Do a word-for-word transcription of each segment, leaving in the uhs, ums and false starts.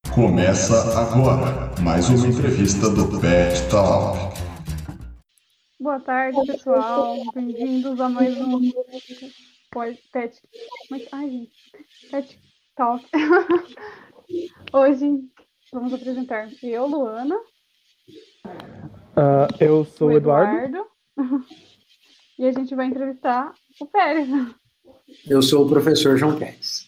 Começa agora mais uma entrevista do Pet Talk. Boa tarde, pessoal. Bem-vindos a mais um Pet. Mas, ai, gente, Pet Talk. Hoje vamos apresentar eu, Luana, Uh, eu sou o o Eduardo. Eduardo, e a gente vai entrevistar o Pérez. Eu sou o professor João Pérez.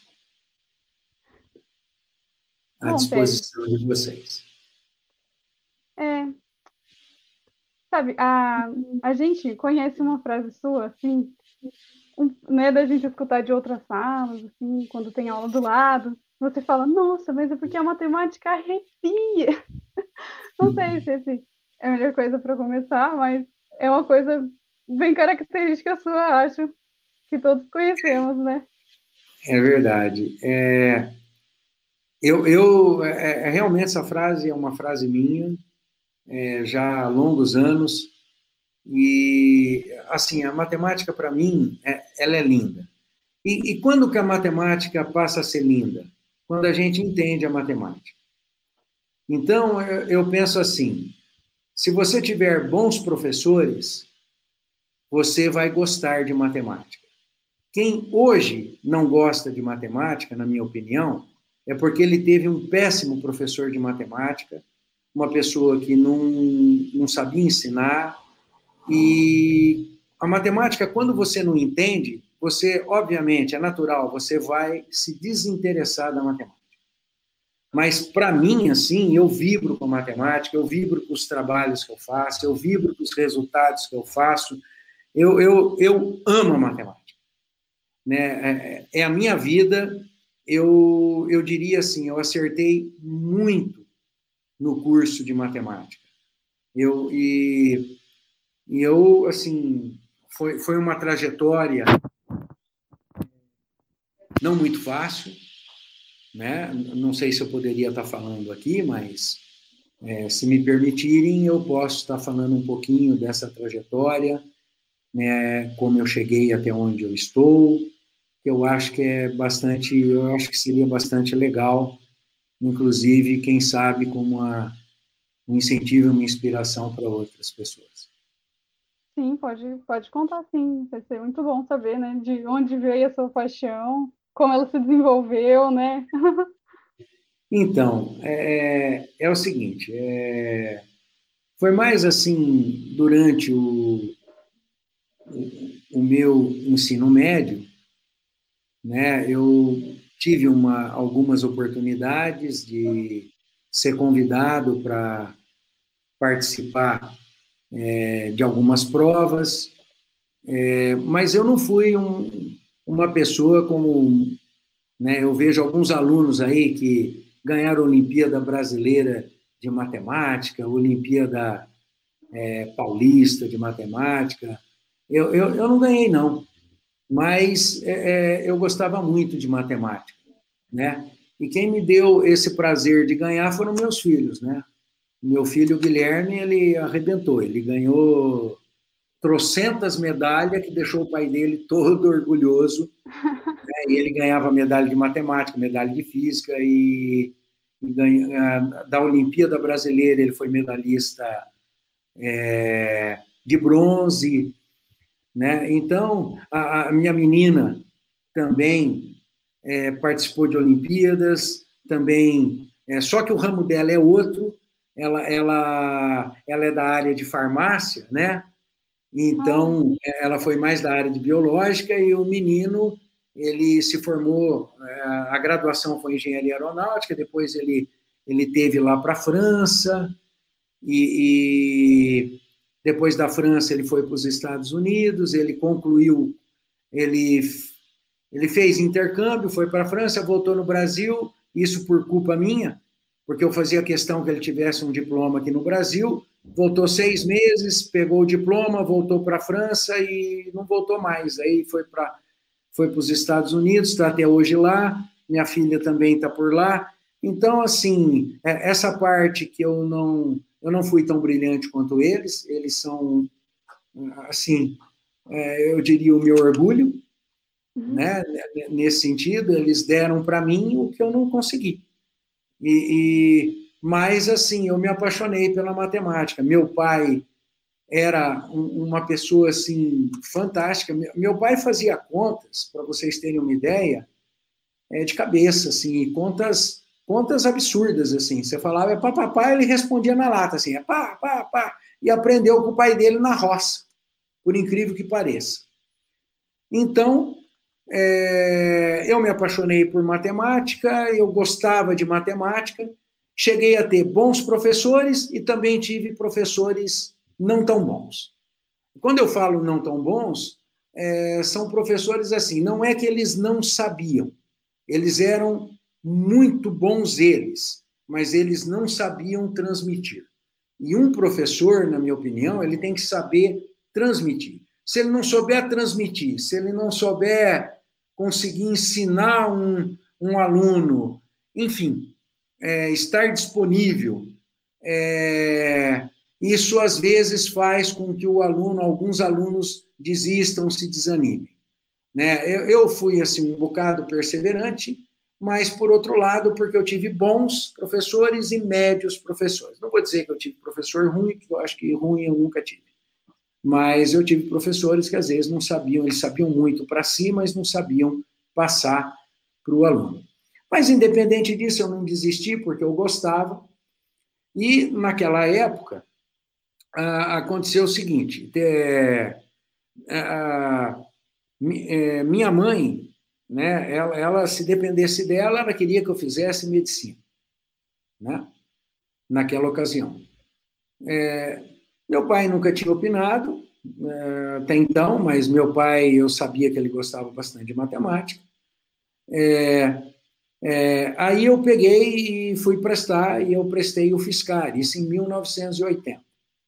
À Bom, disposição Pérez, de vocês. É, sabe, a, a gente conhece uma frase sua, assim, um, né, da gente escutar de outras salas, assim, quando tem aula do lado. Você fala, nossa, mas é porque a matemática arrepia. Não sei se esse é a melhor coisa para começar, mas é uma coisa bem característica sua, acho, que todos conhecemos, né? É verdade. É, eu, eu é, é, realmente essa frase é uma frase minha, é, já há longos anos, e assim, a matemática para mim, é, ela é linda. E, e quando que a matemática passa a ser linda? Quando a gente entende a matemática. Então, eu, eu penso assim, se você tiver bons professores, você vai gostar de matemática. Quem hoje não gosta de matemática, na minha opinião, é porque ele teve um péssimo professor de matemática, uma pessoa que não, não sabia ensinar. E a matemática, quando você não entende, você, obviamente, é natural, você vai se desinteressar da matemática. Mas, para mim, assim, eu vibro com a matemática, eu vibro com os trabalhos que eu faço, eu vibro com os resultados que eu faço, eu, eu, eu amo a matemática. Né? É a minha vida, eu, eu diria assim, eu acertei muito no curso de matemática. Eu, e, e eu, assim, foi, foi uma trajetória não muito fácil, né? Não sei se eu poderia estar falando aqui, mas é, se me permitirem, eu posso estar falando um pouquinho dessa trajetória, né? Como eu cheguei até onde eu estou, que eu acho que é bastante, eu acho que seria bastante legal, inclusive, quem sabe, como uma, um incentivo e uma inspiração para outras pessoas. Sim, pode, pode contar, sim. Vai ser muito bom saber, né, de onde veio a sua paixão, como ela se desenvolveu, né? Então, é, é o seguinte, é, foi mais assim, durante o, o, o meu ensino médio, né, eu tive uma, algumas oportunidades de ser convidado para participar é, de algumas provas, é, mas eu não fui um, uma pessoa como, né, eu vejo alguns alunos aí que ganharam a Olimpíada Brasileira de Matemática, Olimpíada é, Paulista de Matemática. Eu, eu, eu não ganhei, não, mas é, eu gostava muito de matemática, né? E quem me deu esse prazer de ganhar foram meus filhos, né? Meu filho Guilherme, ele arrebentou, ele ganhou trocentas medalhas que deixou o pai dele todo orgulhoso, né? E ele ganhava medalha de matemática, medalha de física e, e ganha, da Olimpíada Brasileira ele foi medalhista é, de bronze, né? Então, a, a minha menina também é, participou de Olimpíadas, também, é, só que o ramo dela é outro, ela, ela, ela é da área de farmácia, né? Então, ela foi mais da área de biológica e o menino, ele se formou, a graduação foi em engenharia aeronáutica, depois ele, ele teve lá para a França, e, e depois da França ele foi para os Estados Unidos, ele concluiu, ele, ele fez intercâmbio, foi para a França, voltou no Brasil, isso por culpa minha, porque eu fazia questão que ele tivesse um diploma aqui no Brasil, voltou seis meses, pegou o diploma, voltou para a França e não voltou mais. Aí foi para foi para os Estados Unidos, está até hoje lá, minha filha também está por lá. Então, assim, essa parte que eu não, eu não fui tão brilhante quanto eles, eles são, assim, eu diria o meu orgulho, uhum. Né? Nesse sentido, eles deram para mim o que eu não consegui. E, e, mas, assim, eu me apaixonei pela matemática. Meu pai era uma pessoa, assim, fantástica. Meu pai fazia contas, para vocês terem uma ideia, é, de cabeça, assim, contas, contas absurdas, assim. Você falava, é pá, pá, pá, ele respondia na lata, assim, é pá, pá, pá, e aprendeu com o pai dele na roça, por incrível que pareça. Então, é, eu me apaixonei por matemática, eu gostava de matemática, cheguei a ter bons professores e também tive professores não tão bons. Quando eu falo não tão bons, é, são professores assim, não é que eles não sabiam, eles eram muito bons eles, mas eles não sabiam transmitir. E um professor, na minha opinião, ele tem que saber transmitir. Se ele não souber transmitir, se ele não souber conseguir ensinar um, um aluno, enfim, é, estar disponível, é, isso às vezes faz com que o aluno, alguns alunos desistam, se desanimem. Né? Eu, eu fui assim um bocado perseverante, mas, por outro lado, porque eu tive bons professores e médios professores. Não vou dizer que eu tive professor ruim, porque eu acho que ruim eu nunca tive. Mas eu tive professores que, às vezes, não sabiam, eles sabiam muito para si, mas não sabiam passar para o aluno. Mas, independente disso, eu não desisti, porque eu gostava. E, naquela época, aconteceu o seguinte, é, é, minha mãe, né, ela, ela, se dependesse dela, ela queria que eu fizesse medicina, né, naquela ocasião. É, meu pai nunca tinha opinado, é, até então, mas meu pai, eu sabia que ele gostava bastante de matemática. É, é, aí eu peguei e fui prestar, e eu prestei o UFSCar, isso em mil novecentos e oitenta.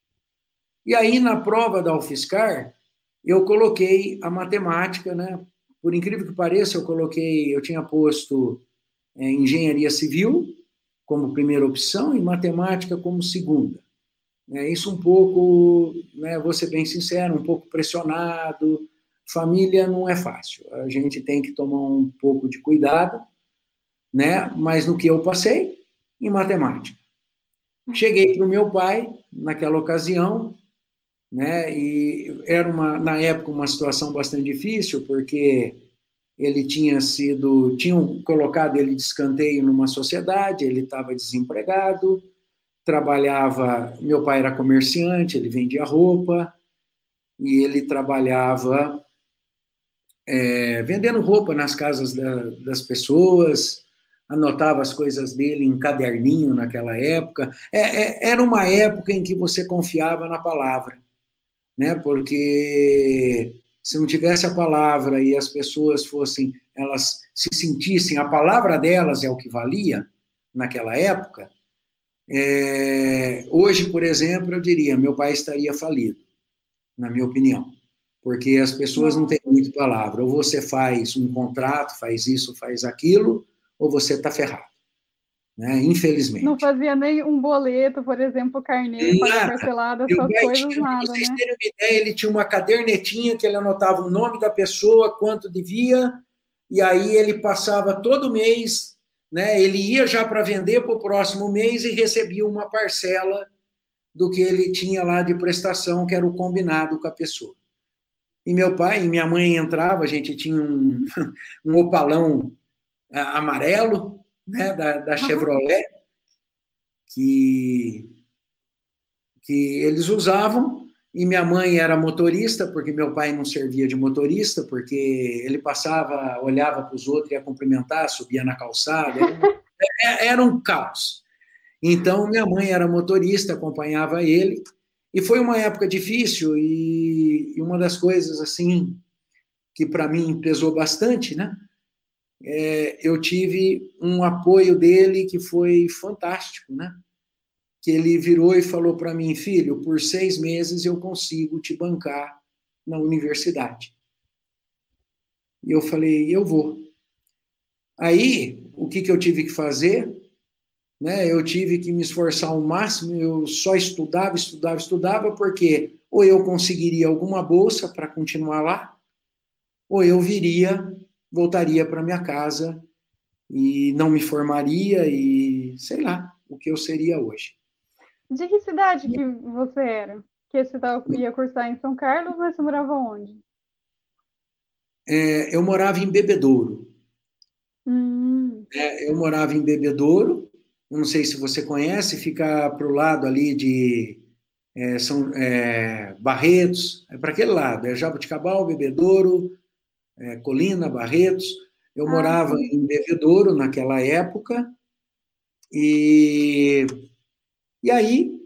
E aí, na prova da UFSCar, eu coloquei a matemática, né? Por incrível que pareça, eu coloquei, eu tinha posto é, engenharia civil como primeira opção e matemática como segunda. É, isso um pouco, né, vou ser bem sincero, um pouco pressionado. Família não é fácil, a gente tem que tomar um pouco de cuidado, né? Mas no que eu passei, em matemática. Cheguei para o meu pai, naquela ocasião, né? E era, uma, na época, uma situação bastante difícil, porque ele tinha sido, tinham colocado ele de escanteio numa sociedade, ele estava desempregado, trabalhava, meu pai era comerciante, ele vendia roupa, e ele trabalhava é, vendendo roupa nas casas da, das pessoas, anotava as coisas dele em caderninho naquela época. É, é, era uma época em que você confiava na palavra, né? Porque se não tivesse a palavra e as pessoas fossem, elas se sentissem, a palavra delas é o que valia naquela época, é, hoje, por exemplo, eu diria, meu pai estaria falido, na minha opinião, porque as pessoas não têm muita palavra, ou você faz um contrato, faz isso, faz aquilo, ou você está ferrado, né? Infelizmente. Não fazia nem um boleto, por exemplo, carnê, pagar parcelado, essas coisas, tinha, nada, vocês né? terem uma ideia, ele tinha uma cadernetinha que ele anotava o nome da pessoa, quanto devia, e aí ele passava todo mês, né? Ele ia já para vender para o próximo mês e recebia uma parcela do que ele tinha lá de prestação, que era o combinado com a pessoa. E meu pai e minha mãe entrava, a gente tinha um, um opalão amarelo, né, da, da Chevrolet, que, que eles usavam, e minha mãe era motorista, porque meu pai não servia de motorista, porque ele passava, olhava para os outros, ia cumprimentar, subia na calçada, era um, era um caos. Então, minha mãe era motorista, acompanhava ele, e foi uma época difícil, e, e uma das coisas, assim, que para mim pesou bastante, né? É, eu tive um apoio dele que foi fantástico, né? Que ele virou e falou para mim, filho, por seis meses eu consigo te bancar na universidade. E eu falei, eu vou. Aí, o que, que eu tive que fazer? Né? Eu tive que me esforçar ao máximo, eu só estudava, estudava, estudava, porque ou eu conseguiria alguma bolsa para continuar lá, ou eu viria, voltaria para minha casa e não me formaria e e sei lá o que eu seria hoje. De que cidade que você era? Que você tava, ia cursar em São Carlos, mas você morava onde? É, eu morava em Bebedouro. Hum. É, eu morava em Bebedouro, eu não sei se você conhece, fica para o lado ali de é, São, é, Barretos, é para aquele lado, é Jaboticabal, Bebedouro, é, Colina, Barretos. Eu Ah, morava sim. em Bebedouro naquela época, e, e aí,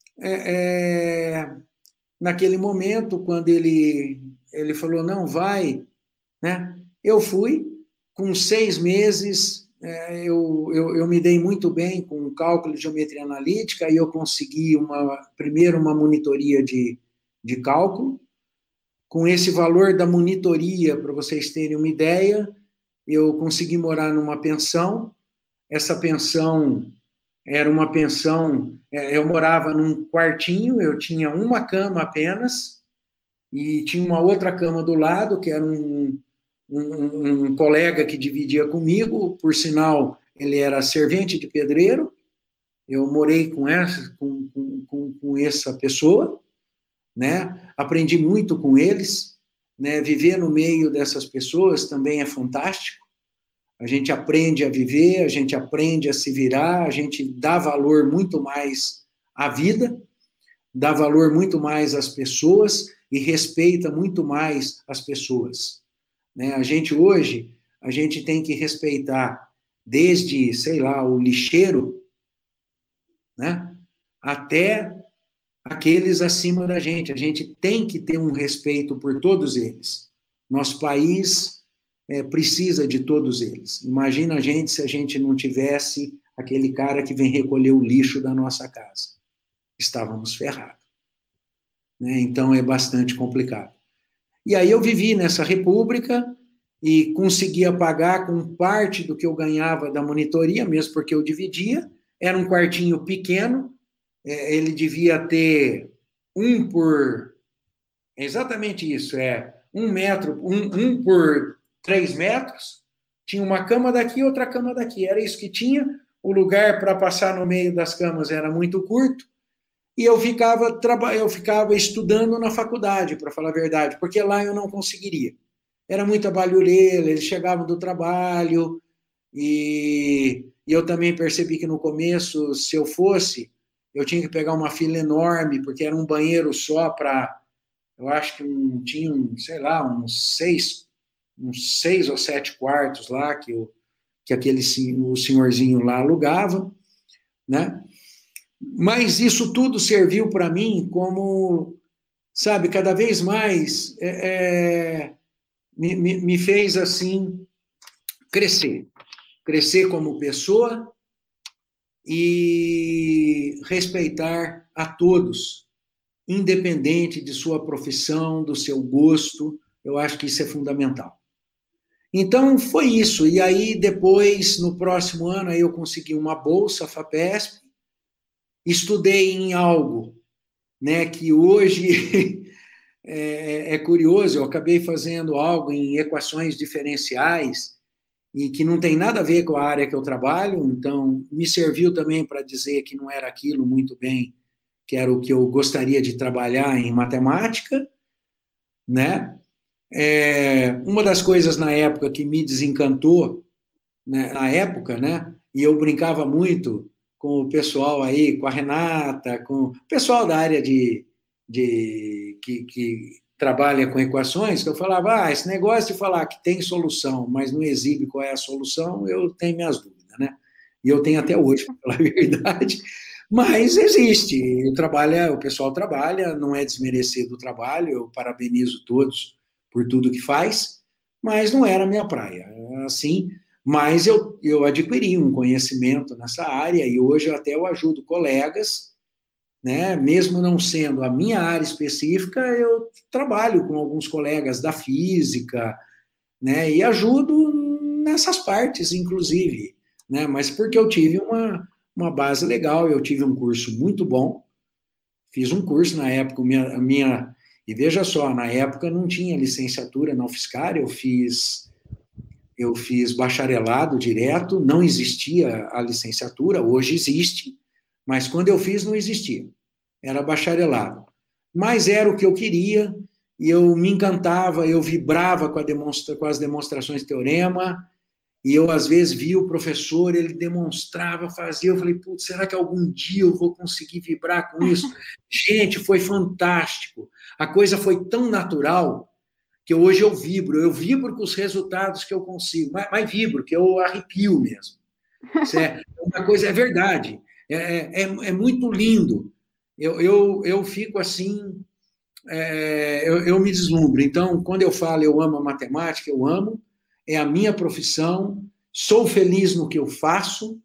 é, é, naquele momento, quando ele, ele falou, não, vai, né? Eu fui, com seis meses, é, eu, eu, eu me dei muito bem com cálculo de geometria analítica, e eu consegui, uma, primeiro, uma monitoria de, de cálculo. Com esse valor da monitoria, para vocês terem uma ideia, eu consegui morar numa pensão. Essa pensão era uma pensão, é, eu morava num quartinho, eu tinha uma cama apenas, e tinha uma outra cama do lado, que era um, um, um colega que dividia comigo, por sinal, ele era servente de pedreiro. Eu morei com essa, com, com, com essa pessoa, né? Aprendi muito com eles, né? Viver no meio dessas pessoas também é fantástico. A gente aprende a viver, a gente aprende a se virar, a gente dá valor muito mais à vida, dá valor muito mais às pessoas e respeita muito mais as pessoas, né? A gente hoje, a gente tem que respeitar desde, sei lá, o lixeiro, né, até aqueles acima da gente. A gente tem que ter um respeito por todos eles. Nosso país é, precisa de todos eles. Imagina a gente se a gente não tivesse aquele cara que vem recolher o lixo da nossa casa. Estávamos ferrados, né? Então é bastante complicado. E aí eu vivi nessa república e conseguia pagar com parte do que eu ganhava da monitoria, mesmo porque eu dividia. Era um quartinho pequeno, ele devia ter um por... É exatamente isso, é um metro, um, um por três metros. Tinha uma cama daqui, outra cama daqui. Era isso que tinha. O lugar para passar no meio das camas era muito curto. E eu ficava, eu ficava estudando na faculdade, para falar a verdade, porque lá eu não conseguiria. Era muita barulheira, eles chegavam do trabalho, e, e eu também percebi que no começo, se eu fosse, eu tinha que pegar uma fila enorme, porque era um banheiro só para, eu acho que um, tinha, um, sei lá, uns seis, uns seis ou sete quartos lá, que, eu, que aquele o senhorzinho lá alugava, né? Mas isso tudo serviu para mim como, sabe, cada vez mais é, é, me, me fez, assim, crescer. Crescer como pessoa e respeitar a todos, independente de sua profissão, do seu gosto. Eu acho que isso é fundamental. Então, foi isso. E aí, depois, no próximo ano, aí eu consegui uma bolsa FAPESP. Estudei em algo, né, que hoje é, é curioso. Eu acabei fazendo algo em equações diferenciais e que não tem nada a ver com a área que eu trabalho, então me serviu também para dizer que não era aquilo muito bem, que era o que eu gostaria de trabalhar em matemática, né? É, uma das coisas na época que me desencantou, né, na época, né, e eu brincava muito com o pessoal aí, com a Renata, com o pessoal da área de, de que, que trabalha com equações, que eu falava, ah, esse negócio de falar que tem solução, mas não exibe qual é a solução, eu tenho minhas dúvidas, né? E eu tenho até hoje, para falar a verdade, mas existe, o, trabalho, o pessoal trabalha, não é desmerecer do trabalho, eu parabenizo todos por tudo que faz, mas não era a minha praia, assim. Mas eu, eu adquiri um conhecimento nessa área e hoje eu até eu ajudo colegas, né? Mesmo não sendo a minha área específica, eu trabalho com alguns colegas da física, né? E ajudo nessas partes, inclusive, né? Mas porque eu tive uma, uma base legal, eu tive um curso muito bom, fiz um curso na época, minha, minha, e veja só, na época não tinha licenciatura na UFSCar, eu fiz... eu fiz bacharelado direto, não existia a licenciatura, hoje existe, mas quando eu fiz não existia, era bacharelado. Mas era o que eu queria, e eu me encantava, eu vibrava com, a demonstra, com as demonstrações de teorema, e eu, às vezes, via o professor, ele demonstrava, fazia, eu falei, putz, será que algum dia eu vou conseguir vibrar com isso? Gente, foi fantástico. A coisa foi tão natural que hoje eu vibro, eu vibro com os resultados que eu consigo, mas, mas vibro, que eu arrepio mesmo. Isso é uma coisa, é verdade, é, é, é muito lindo. Eu, eu, eu fico assim, é, eu, eu me deslumbro. Então, quando eu falo eu amo a matemática, eu amo, é a minha profissão, sou feliz no que eu faço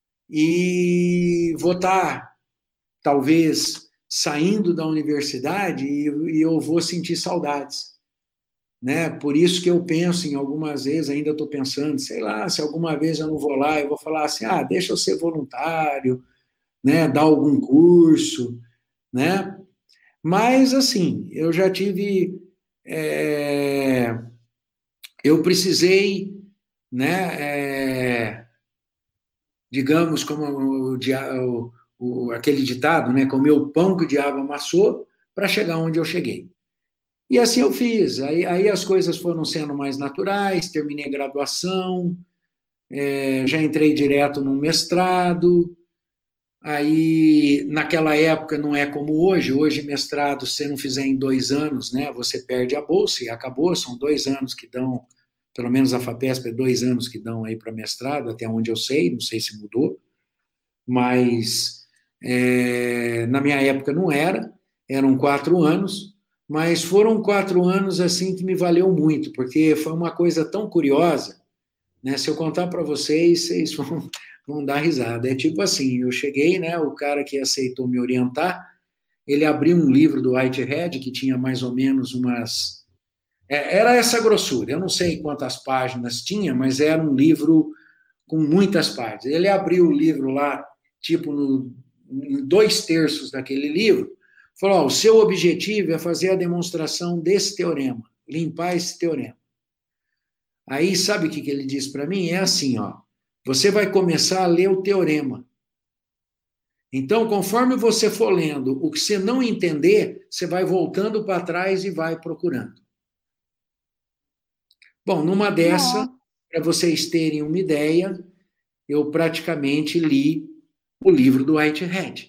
e vou estar, talvez, saindo da universidade e, e eu vou sentir saudades. Né? Por isso que eu penso em algumas vezes, ainda estou pensando, sei lá, se alguma vez eu não vou lá, eu vou falar assim, ah, deixa eu ser voluntário, né? Dar algum curso, né? Mas, assim, eu já tive... É, eu precisei, né? É, digamos, como o, o, o, aquele ditado, né? Comer o pão que o diabo amassou para chegar onde eu cheguei. E assim eu fiz. Aí, aí as coisas foram sendo mais naturais, terminei a graduação, é, já entrei direto no mestrado. Aí, naquela época, não é como hoje. Hoje, mestrado, se você não fizer em dois anos, né, você perde a bolsa e acabou. São dois anos que dão, pelo menos a FAPESP é dois anos que dão aí para mestrado, até onde eu sei, não sei se mudou. Mas, é, na minha época, não era. Eram quatro anos. Mas foram quatro anos assim que me valeu muito, porque foi uma coisa tão curiosa, né? Se eu contar para vocês, vocês vão, vão dar risada. É tipo assim, eu cheguei, né? O cara que aceitou me orientar, ele abriu um livro do Whitehead que tinha mais ou menos umas... É, era essa grossura, eu não sei quantas páginas tinha, mas era um livro com muitas páginas. Ele abriu o livro lá, tipo, no, em dois terços daquele livro, falou, ó, o seu objetivo é fazer a demonstração desse teorema, limpar esse teorema. Aí, sabe o que ele disse para mim? É assim, ó, você vai começar a ler o teorema. Então, conforme você for lendo, o que você não entender, você vai voltando para trás e vai procurando. Bom, numa dessa, para vocês terem uma ideia, eu praticamente li o livro do Whitehead.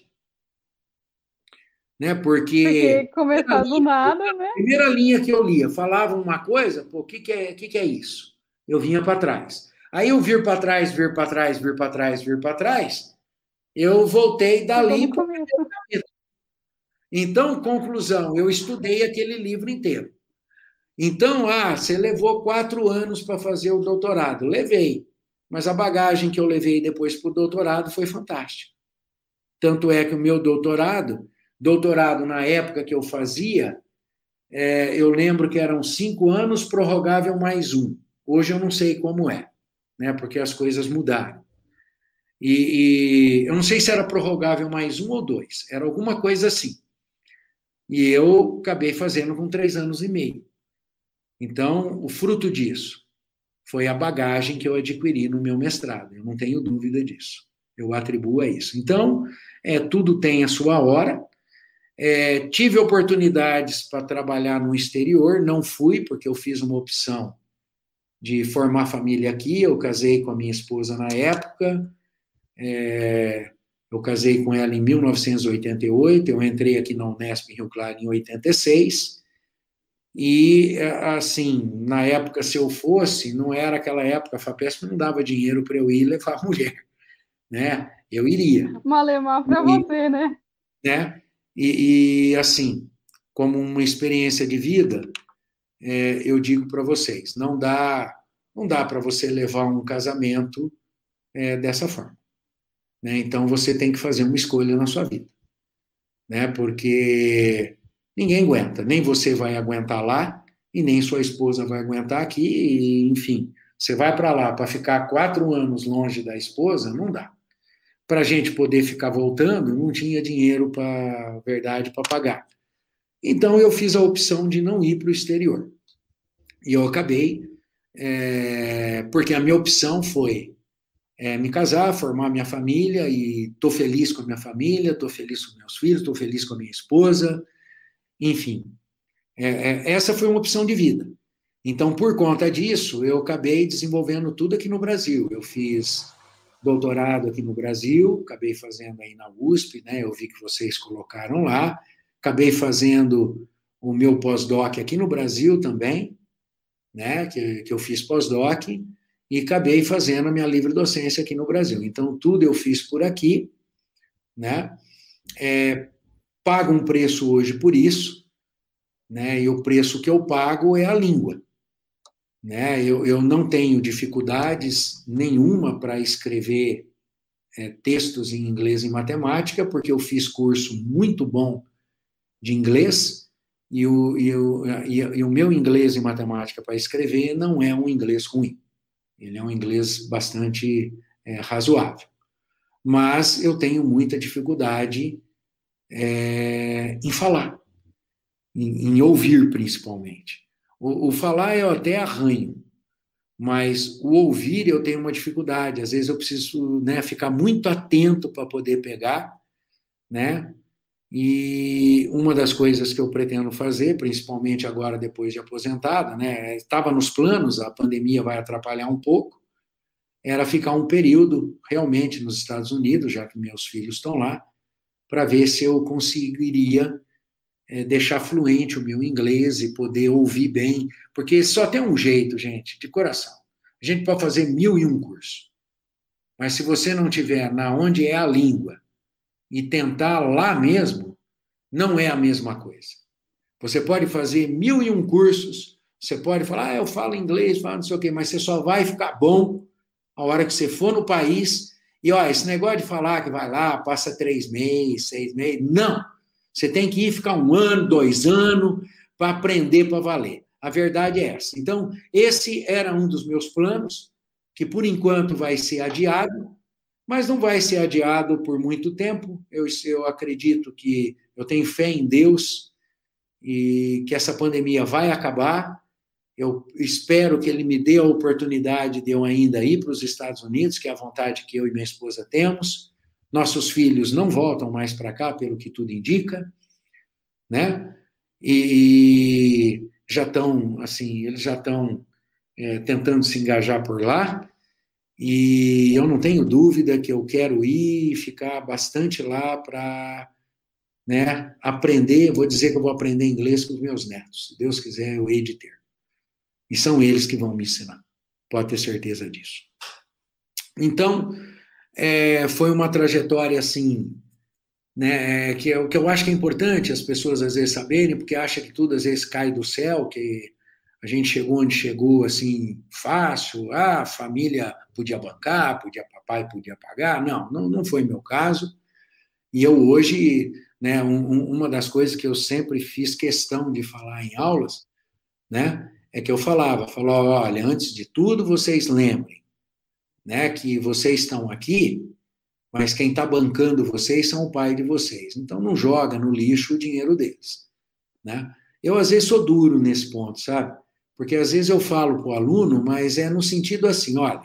Né? Porque, Porque começar do nada, né? A primeira linha que eu lia, falava uma coisa, pô, o que, que, é, que, que é isso? Eu vinha para trás. Aí eu vir para trás, vir para trás, vir para trás, vir para trás, eu voltei dali para o capítulo. Então, conclusão, eu estudei aquele livro inteiro. Então, ah, você levou quatro anos para fazer o doutorado. Levei, mas a bagagem que eu levei depois para o doutorado foi fantástica. Tanto é que o meu doutorado... Doutorado, na época que eu fazia, é, eu lembro que eram cinco anos, prorrogável mais um. Hoje eu não sei como é, né, porque as coisas mudaram. E, e eu não sei se era prorrogável mais um ou dois, era alguma coisa assim. E eu acabei fazendo com três anos e meio. Então, o fruto disso foi a bagagem que eu adquiri no meu mestrado. Eu não tenho dúvida disso. Eu atribuo a isso. Então, é, tudo tem a sua hora. É, tive oportunidades para trabalhar no exterior, não fui, porque eu fiz uma opção de formar família aqui, eu casei com a minha esposa na época, é, eu casei com ela em mil novecentos e oitenta e oito, eu entrei aqui na Unesp em Rio Claro em oitenta e seis, e, assim, na época, se eu fosse, não era aquela época, a FAPESP não dava dinheiro para eu ir levar a mulher, né? Eu iria. Malemar para você, né? Né? E, e, assim, como uma experiência de vida, é, eu digo para vocês, não dá, não dá para você levar um casamento é, dessa forma. Né? Então, você tem que fazer uma escolha na sua vida. Né? Porque ninguém aguenta, nem você vai aguentar lá, e nem sua esposa vai aguentar aqui, e, enfim, você vai para lá para ficar quatro anos longe da esposa, não dá. Para a gente poder ficar voltando, não tinha dinheiro, para verdade, para pagar. Então, eu fiz a opção de não ir para o exterior. E eu acabei é, porque a minha opção foi é, me casar, formar minha família, e estou feliz com a minha família, estou feliz com meus filhos, estou feliz com a minha esposa, enfim. É, é, essa foi uma opção de vida. Então, por conta disso, eu acabei desenvolvendo tudo aqui no Brasil. Eu fiz doutorado aqui no Brasil, acabei fazendo aí na U S P, né? Eu vi que vocês colocaram lá, acabei fazendo o meu pós-doc aqui no Brasil também, né? Que, que eu fiz pós-doc, e acabei fazendo a minha livre docência aqui no Brasil. Então, tudo eu fiz por aqui, né? É, pago um preço hoje por isso, né? E o preço que eu pago é a língua. Né? Eu, eu não tenho dificuldades nenhuma para escrever é, textos em inglês e matemática, porque eu fiz curso muito bom de inglês, e o, e o, e, e o meu inglês e matemática para escrever não é um inglês ruim. Ele é um inglês bastante é, razoável. Mas eu tenho muita dificuldade é, em falar, em, em ouvir principalmente. O, o falar eu até arranho, mas o ouvir eu tenho uma dificuldade. Às vezes eu preciso, né, ficar muito atento para poder pegar, né? E uma das coisas que eu pretendo fazer, principalmente agora depois de aposentada, né, estava nos planos, a pandemia vai atrapalhar um pouco, era ficar um período realmente nos Estados Unidos, já que meus filhos estão lá, para ver se eu conseguiria é, deixar fluente o meu inglês e poder ouvir bem, porque só tem um jeito, gente, de coração. A gente pode fazer mil e um cursos, mas se você não tiver na onde é a língua e tentar lá mesmo, não é a mesma coisa. Você pode fazer mil e um cursos, você pode falar, ah, eu falo inglês, falo não sei o quê, mas você só vai ficar bom a hora que você for no país e, ó, esse negócio de falar que vai lá, passa três meses, seis meses, não. Você tem que ir ficar um ano, dois anos, para aprender para valer. A verdade é essa. Então, esse era um dos meus planos, que por enquanto vai ser adiado, mas não vai ser adiado por muito tempo. Eu, eu acredito que, eu tenho fé em Deus, e que essa pandemia vai acabar. Eu espero que ele me dê a oportunidade de eu ainda ir para os Estados Unidos, que é a vontade que eu e minha esposa temos. Nossos filhos não voltam mais para cá, pelo que tudo indica, né? E já estão, assim, eles já estão é, tentando se engajar por lá, e eu não tenho dúvida que eu quero ir e ficar bastante lá para, né, aprender. Vou dizer que eu vou aprender inglês com os meus netos. Se Deus quiser, eu hei de ter. E são eles que vão me ensinar. Pode ter certeza disso. Então, é, foi uma trajetória assim, né, que, é, que eu acho que é importante as pessoas às vezes saberem, porque acham que tudo às vezes cai do céu, que a gente chegou onde chegou assim, fácil, ah, a família podia bancar, podia, papai podia pagar. Não, não, não foi meu caso. E eu hoje, né, um, uma das coisas que eu sempre fiz questão de falar em aulas, né, é que eu falava, falava, olha, antes de tudo, vocês lembrem, né, que vocês estão aqui, mas quem está bancando vocês são o pai de vocês. Então, não joga no lixo o dinheiro deles, né? Eu, às vezes, sou duro nesse ponto, sabe? Porque, às vezes, eu falo para o aluno, mas é no sentido assim, olha,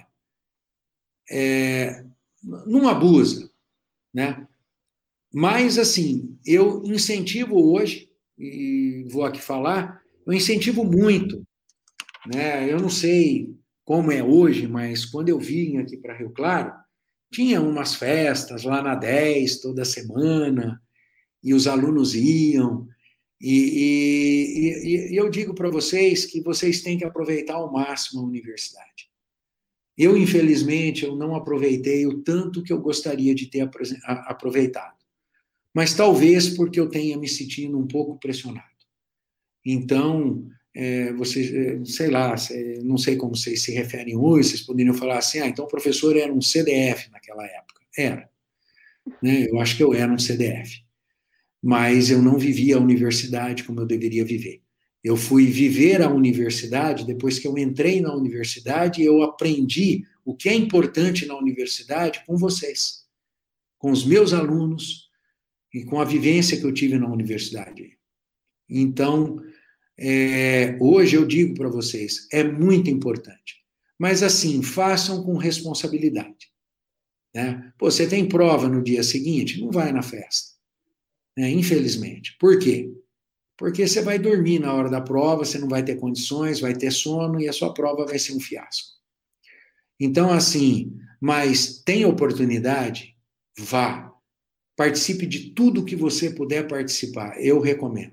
é, não abusa, né? Mas, assim, eu incentivo hoje, e vou aqui falar, eu incentivo muito, né? Eu não sei como é hoje, mas quando eu vim aqui para Rio Claro, tinha umas festas lá na dez toda semana, e os alunos iam, e, e, e eu digo para vocês que vocês têm que aproveitar ao máximo a universidade. Eu, infelizmente, eu não aproveitei o tanto que eu gostaria de ter aproveitado, mas talvez porque eu tenha me sentindo um pouco pressionado. Então, é, você, sei lá, não sei como vocês se referem hoje, vocês poderiam falar assim, ah, então o professor era um C D F naquela época. Era. Né? Eu acho que eu era um C D F. Mas eu não vivia a universidade como eu deveria viver. Eu fui viver a universidade depois que eu entrei na universidade, e eu aprendi o que é importante na universidade com vocês, com os meus alunos e com a vivência que eu tive na universidade. Então, É, hoje eu digo para vocês, é muito importante. Mas assim, façam com responsabilidade. Né? Pô, você tem prova no dia seguinte? Não vai na festa. Né? Infelizmente. Por quê? Porque você vai dormir na hora da prova, você não vai ter condições, vai ter sono e a sua prova vai ser um fiasco. Então, assim, mas tem oportunidade? Vá. Participe de tudo que você puder participar. Eu recomendo.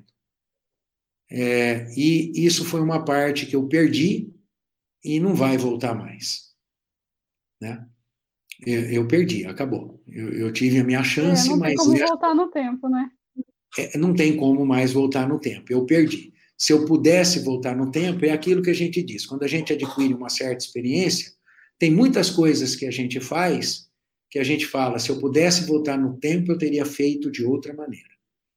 É, e isso foi uma parte que eu perdi e não vai voltar mais. Né? Eu, eu perdi, acabou. Eu, eu tive a minha É, chance, não tem mas como voltar no tempo, né? é, não tem como mais voltar no tempo. Eu perdi. Se eu pudesse voltar no tempo, é aquilo que a gente diz. Quando a gente adquire uma certa experiência, tem muitas coisas que a gente faz que a gente fala, se eu pudesse voltar no tempo, eu teria feito de outra maneira.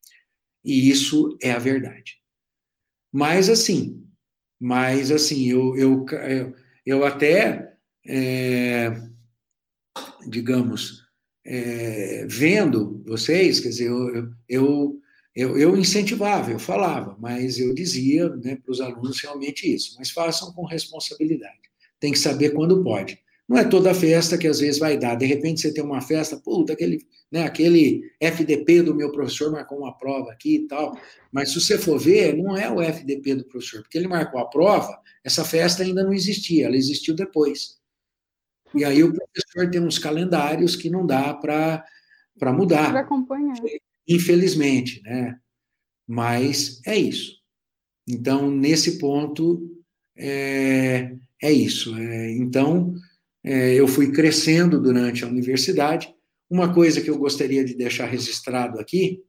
E isso é a verdade. Mas assim, mas assim, eu, eu, eu, eu até, é, digamos, é, vendo vocês, quer dizer, eu, eu, eu, eu incentivava, eu falava, mas eu dizia, né, para os alunos realmente isso, mas façam com responsabilidade. Tem que saber quando pode. Não é toda festa que às vezes vai dar. De repente você tem uma festa, puta, aquele, né, aquele F D P do meu professor marcou uma prova aqui e tal. Mas se você for ver, não é o F D P do professor, porque ele marcou a prova, essa festa ainda não existia, ela existiu depois. E aí o professor tem uns calendários que não dá para Para mudar, acompanhar. infelizmente, né? Mas é isso. Então, nesse ponto, é, é isso. É, então, é, eu fui crescendo durante a universidade. Uma coisa que eu gostaria de deixar registrado aqui,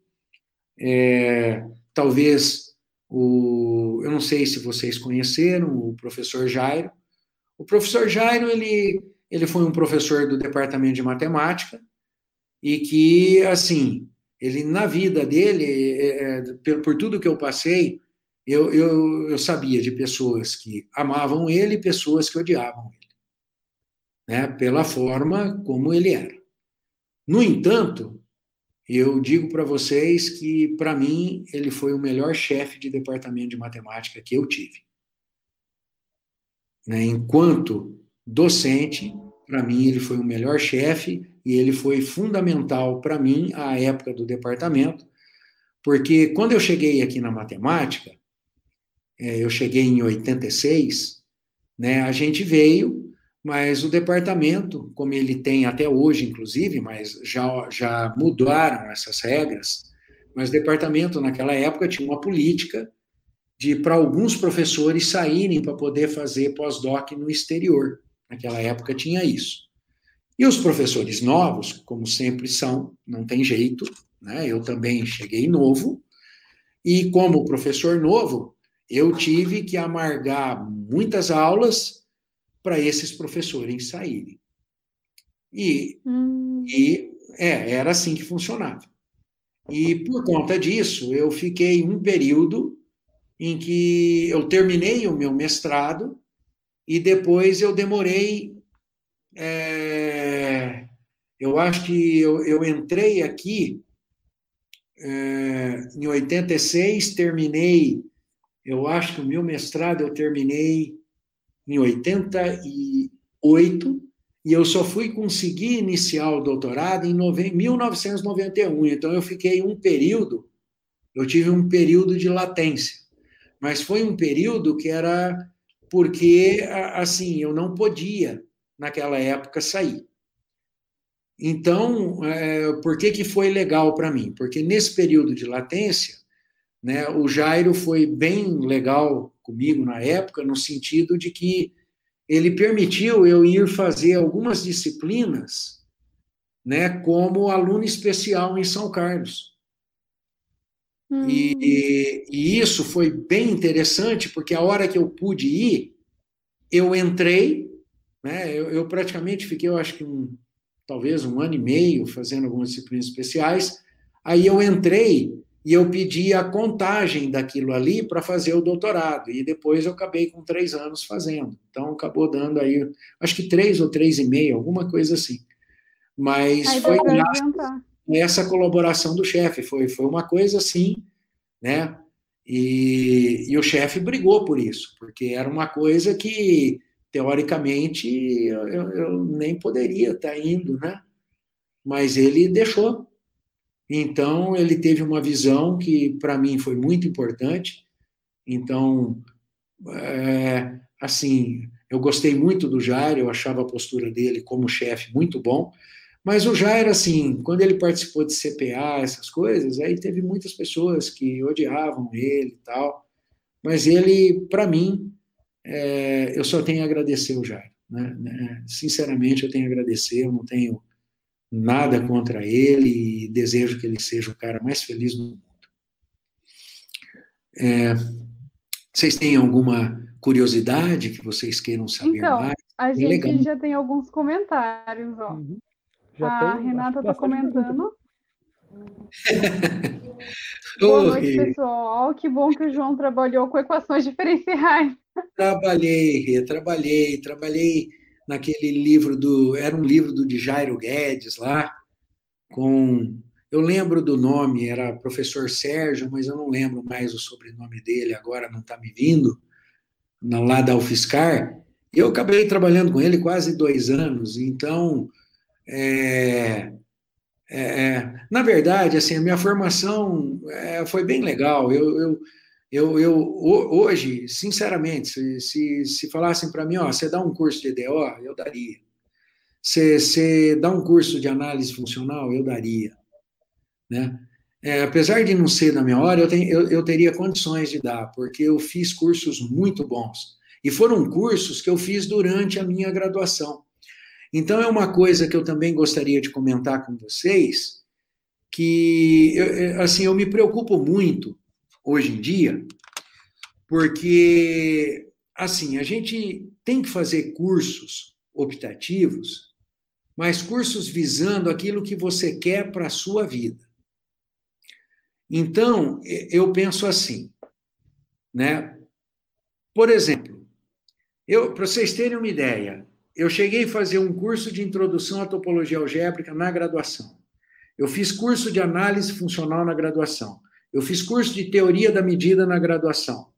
é, talvez, o, eu não sei se vocês conheceram o professor Jairo. O professor Jairo, ele, ele foi um professor do departamento de matemática e que, assim, ele na vida dele, é, por, por tudo que eu passei, eu, eu, eu sabia de pessoas que amavam ele e pessoas que odiavam ele, né, pela forma como ele era. No entanto, eu digo para vocês que, para mim, ele foi o melhor chefe de departamento de matemática que eu tive. Né? Enquanto docente, para mim, ele foi o melhor chefe e ele foi fundamental para mim à época do departamento, porque quando eu cheguei aqui na matemática, eu cheguei em oitenta e seis, né, a gente veio, mas o departamento, como ele tem até hoje, inclusive, mas já, já mudaram essas regras, mas o departamento naquela época tinha uma política de para alguns professores saírem para poder fazer pós-doc no exterior. Naquela época tinha isso. E os professores novos, como sempre são, não tem jeito, né? Eu também cheguei novo, e como professor novo, eu tive que amargar muitas aulas para esses professores saírem. E, hum. e é, era assim que funcionava. E por conta disso, eu fiquei um período em que eu terminei o meu mestrado e depois eu demorei, é, eu acho que eu, eu entrei aqui é, em oitenta e seis, terminei, eu acho que o meu mestrado eu terminei em oitenta e oito, e eu só fui conseguir iniciar o doutorado em mil novecentos e noventa e um, então eu fiquei um período, eu tive um período de latência, mas foi um período que era porque, assim, eu não podia, naquela época, sair. Então, é, por que que foi legal para mim? Porque nesse período de latência, né, o Jairo foi bem legal comigo na época, no sentido de que ele permitiu eu ir fazer algumas disciplinas, né, como aluno especial em São Carlos. Hum. E, e isso foi bem interessante, porque a hora que eu pude ir, eu entrei, né, eu, eu praticamente fiquei, eu acho que um, talvez um ano e meio fazendo algumas disciplinas especiais, aí eu entrei e eu pedi a contagem daquilo ali para fazer o doutorado, e depois eu acabei com três anos fazendo, então acabou dando aí, acho que três ou três e meio, alguma coisa assim, mas aí foi essa colaboração do chefe, foi, foi uma coisa assim, né, E, e o chefe brigou por isso, porque era uma coisa que, teoricamente, eu, eu nem poderia estar indo, né? Mas ele deixou. Então, ele teve uma visão que, para mim, foi muito importante. Então, é, assim, eu gostei muito do Jair, eu achava a postura dele como chefe muito bom, mas o Jair, assim, quando ele participou de C P A, essas coisas, aí teve muitas pessoas que odiavam ele e tal, mas ele, para mim, é, eu só tenho a agradecer o Jair, né? Sinceramente, eu tenho a agradecer, eu não tenho nada contra ele e desejo que ele seja o cara mais feliz do mundo. É, vocês têm alguma curiosidade que vocês queiram saber Então, mais? a É legal. gente já tem alguns comentários, ó. Uhum. Já A tem, Renata está bastante pergunta. comentando. Boa noite, Oi, pessoal. Que bom que o João trabalhou com equações diferenciais. trabalhei, Rê, trabalhei, trabalhei naquele livro do, era um livro do Jairo Guedes lá, com, eu lembro do nome, era professor Sérgio, mas eu não lembro mais o sobrenome dele, agora não está me vindo, lá da UFSCar. Eu acabei trabalhando com ele quase dois anos, então, é, é, é, na verdade, assim, a minha formação é, foi bem legal. Eu, eu, eu, eu hoje, sinceramente, se, se, se falassem para mim, ó, você dá um curso de E D O, eu daria. Você, você dá um curso de análise funcional, eu daria, né? É, apesar de não ser na minha hora, eu, tenho, eu, eu teria condições de dar, porque eu fiz cursos muito bons. E foram cursos que eu fiz durante a minha graduação. Então, é uma coisa que eu também gostaria de comentar com vocês, que, eu, assim, eu me preocupo muito, hoje em dia, porque, assim, a gente tem que fazer cursos optativos, mas cursos visando aquilo que você quer para a sua vida. Então, eu penso assim, né? Por exemplo, eu, para vocês terem uma ideia, eu cheguei a fazer um curso de introdução à topologia algébrica na graduação. Eu fiz curso de análise funcional na graduação. Eu fiz curso de teoria da medida na graduação.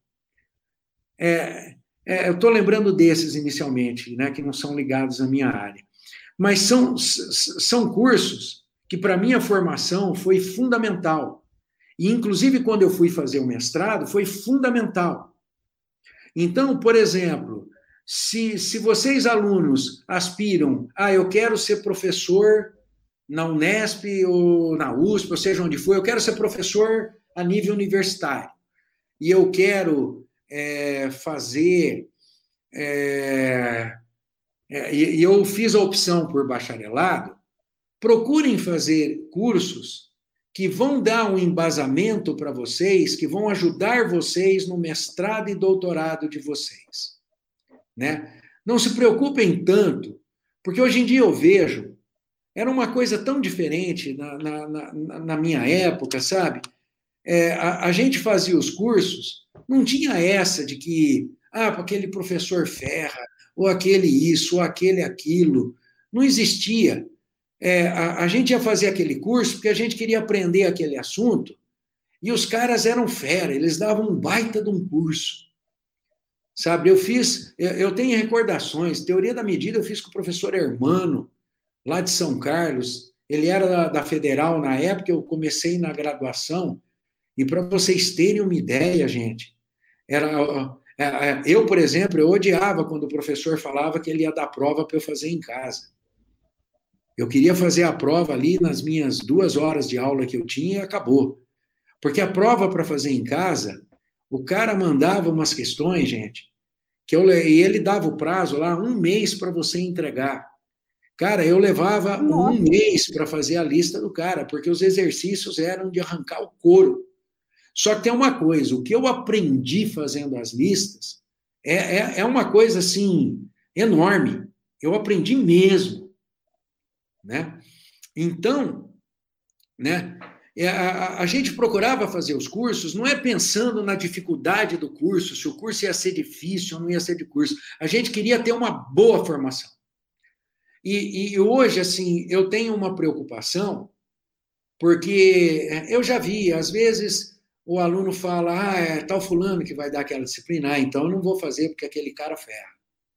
É, é, eu estou lembrando desses inicialmente, né, que não são ligados à minha área. Mas são, são cursos que, para a minha formação, foi fundamental. E, inclusive, quando eu fui fazer o mestrado, foi fundamental. Então, por exemplo, se, se vocês, alunos, aspiram, ah, eu quero ser professor na Unesp ou na U S P, ou seja onde for, eu quero ser professor a nível universitário, e eu quero é, fazer... É, é, e eu fiz a opção por bacharelado, procurem fazer cursos que vão dar um embasamento para vocês, que vão ajudar vocês no mestrado e doutorado de vocês, né? Não se preocupem tanto, porque hoje em dia eu vejo, era uma coisa tão diferente na, na, na, na minha época, sabe? É, a, a gente fazia os cursos, não tinha essa de que, ah, aquele professor ferra, ou aquele isso, ou aquele aquilo, não existia. É, a, a gente ia fazer aquele curso porque a gente queria aprender aquele assunto, e os caras eram fera, eles davam um baita de um curso, sabe? Eu fiz, eu, eu tenho recordações, teoria da medida eu fiz com o professor Hermano, lá de São Carlos, ele era da, da Federal na época, eu comecei na graduação, e para vocês terem uma ideia, gente, era, eu, por exemplo, eu odiava quando o professor falava que ele ia dar prova para eu fazer em casa. Eu queria fazer a prova ali nas minhas duas horas de aula que eu tinha e acabou. Porque a prova para fazer em casa, o cara mandava umas questões, gente, que eu, e ele dava o prazo lá, um mês para você entregar. Cara, eu levava Nossa. um mês para fazer a lista do cara, porque os exercícios eram de arrancar o couro. Só que tem uma coisa, o que eu aprendi fazendo as listas é, é, é uma coisa, assim, enorme. Eu aprendi mesmo. Né? Então, né, a, a gente procurava fazer os cursos, não é pensando na dificuldade do curso, se o curso ia ser difícil ou não ia ser de curso. A gente queria ter uma boa formação. E, e hoje, assim, eu tenho uma preocupação, porque eu já vi, às vezes, o aluno fala, ah, é tal fulano que vai dar aquela disciplina, ah, então eu não vou fazer porque aquele cara ferra.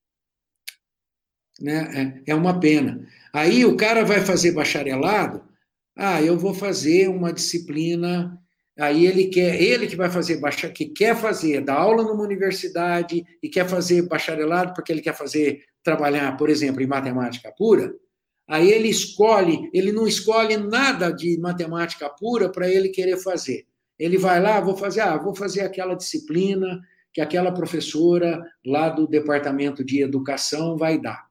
Né? É, é uma pena. Aí o cara vai fazer bacharelado, ah, eu vou fazer uma disciplina, aí ele quer, ele que vai fazer, que quer fazer, dar aula numa universidade e quer fazer bacharelado porque ele quer fazer, trabalhar, por exemplo, em matemática pura, aí ele escolhe, ele não escolhe nada de matemática pura para ele querer fazer. Ele vai lá, vou fazer, ah, vou fazer aquela disciplina que aquela professora lá do departamento de educação vai dar.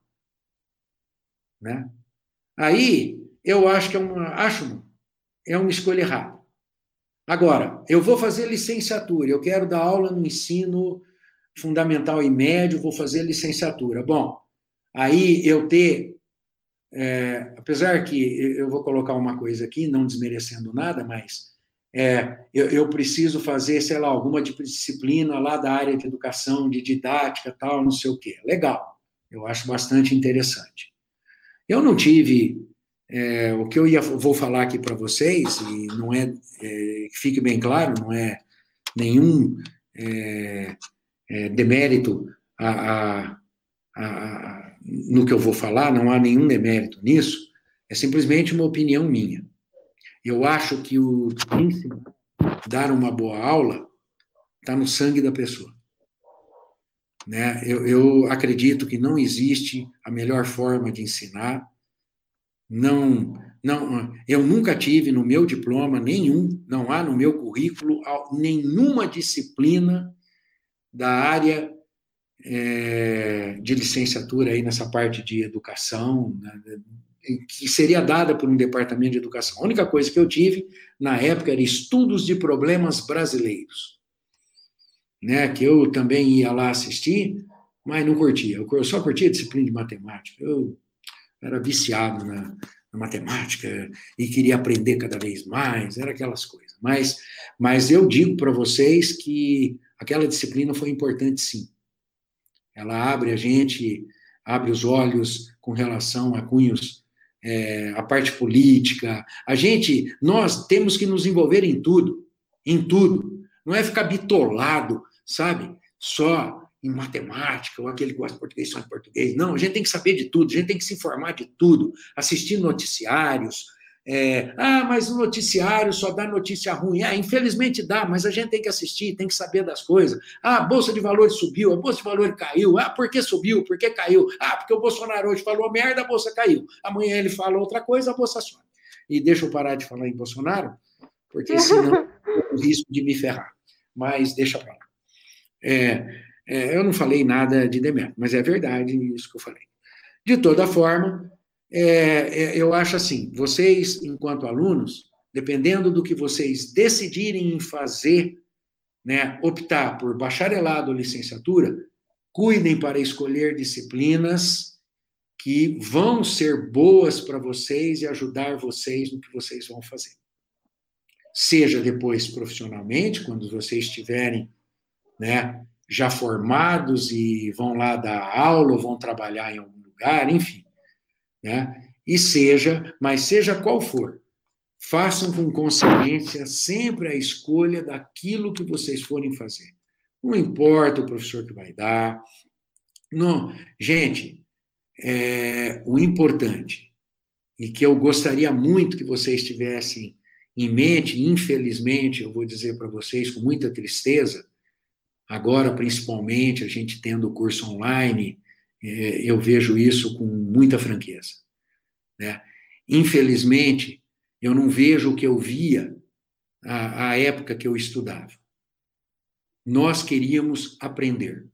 Né? Aí, eu acho que é uma, acho, é uma escolha errada. Agora, eu vou fazer licenciatura, eu quero dar aula no ensino fundamental e médio, vou fazer licenciatura. Bom, aí eu ter, é, apesar que eu vou colocar uma coisa aqui, não desmerecendo nada, mas é, eu, eu preciso fazer, sei lá, alguma disciplina lá da área de educação, de didática, tal, não sei o quê. Legal, eu acho bastante interessante. Eu não tive, é, o que eu ia, vou falar aqui para vocês, e não é, é, fique bem claro, não é nenhum é, é, demérito a, a, a, no que eu vou falar, não há nenhum demérito nisso, é simplesmente uma opinião minha. Eu acho que o ensinar, dar uma boa aula, está no sangue da pessoa. Né? Eu, eu acredito que não existe a melhor forma de ensinar. Não, não, eu nunca tive no meu diploma nenhum, não há no meu currículo nenhuma disciplina da área é, de licenciatura aí nessa parte de educação, né, que seria dada por um departamento de educação. A única coisa que eu tive na época era estudos de problemas brasileiros, né, que eu também ia lá assistir, mas não curtia. Eu só curtia a disciplina de matemática. Eu era viciado na, na matemática e queria aprender cada vez mais, era aquelas coisas. Mas, mas eu digo para vocês que aquela disciplina foi importante, sim. Ela abre a gente, abre os olhos com relação a cunhos, é, a parte política. A gente, nós temos que nos envolver em tudo, em tudo. Não é ficar bitolado, sabe? Só em matemática, ou aquele que gosta de português só em português. Não, a gente tem que saber de tudo, a gente tem que se informar de tudo, assistir noticiários. É, ah, mas o noticiário só dá notícia ruim. Ah, infelizmente dá, mas a gente tem que assistir, tem que saber das coisas. Ah, a Bolsa de Valores subiu, a Bolsa de Valores caiu. Ah, por que subiu? Por que caiu? Ah, porque o Bolsonaro hoje falou merda, a Bolsa caiu. Amanhã ele fala outra coisa, a Bolsa sobe. E deixa eu parar de falar em Bolsonaro, porque senão eu risco de me ferrar. Mas deixa pra lá. É, é, eu não falei nada de demérito, mas é verdade isso que eu falei. De toda forma, é, é, eu acho assim, vocês, enquanto alunos, dependendo do que vocês decidirem em fazer, né, optar por bacharelado ou licenciatura, cuidem para escolher disciplinas que vão ser boas para vocês e ajudar vocês no que vocês vão fazer. Seja depois profissionalmente, quando vocês estiverem, né, já formados e vão lá dar aula, ou vão trabalhar em algum lugar, enfim. Né? E seja, mas seja qual for, façam com consciência sempre a escolha daquilo que vocês forem fazer. Não importa o professor que vai dar. Não, gente, é, o importante, e que eu gostaria muito que vocês tivessem em mente, infelizmente, eu vou dizer para vocês com muita tristeza, agora, principalmente, a gente tendo o curso online, eu vejo isso com muita franqueza. Né? Infelizmente, eu não vejo o que eu via à época que eu estudava. Nós queríamos aprender.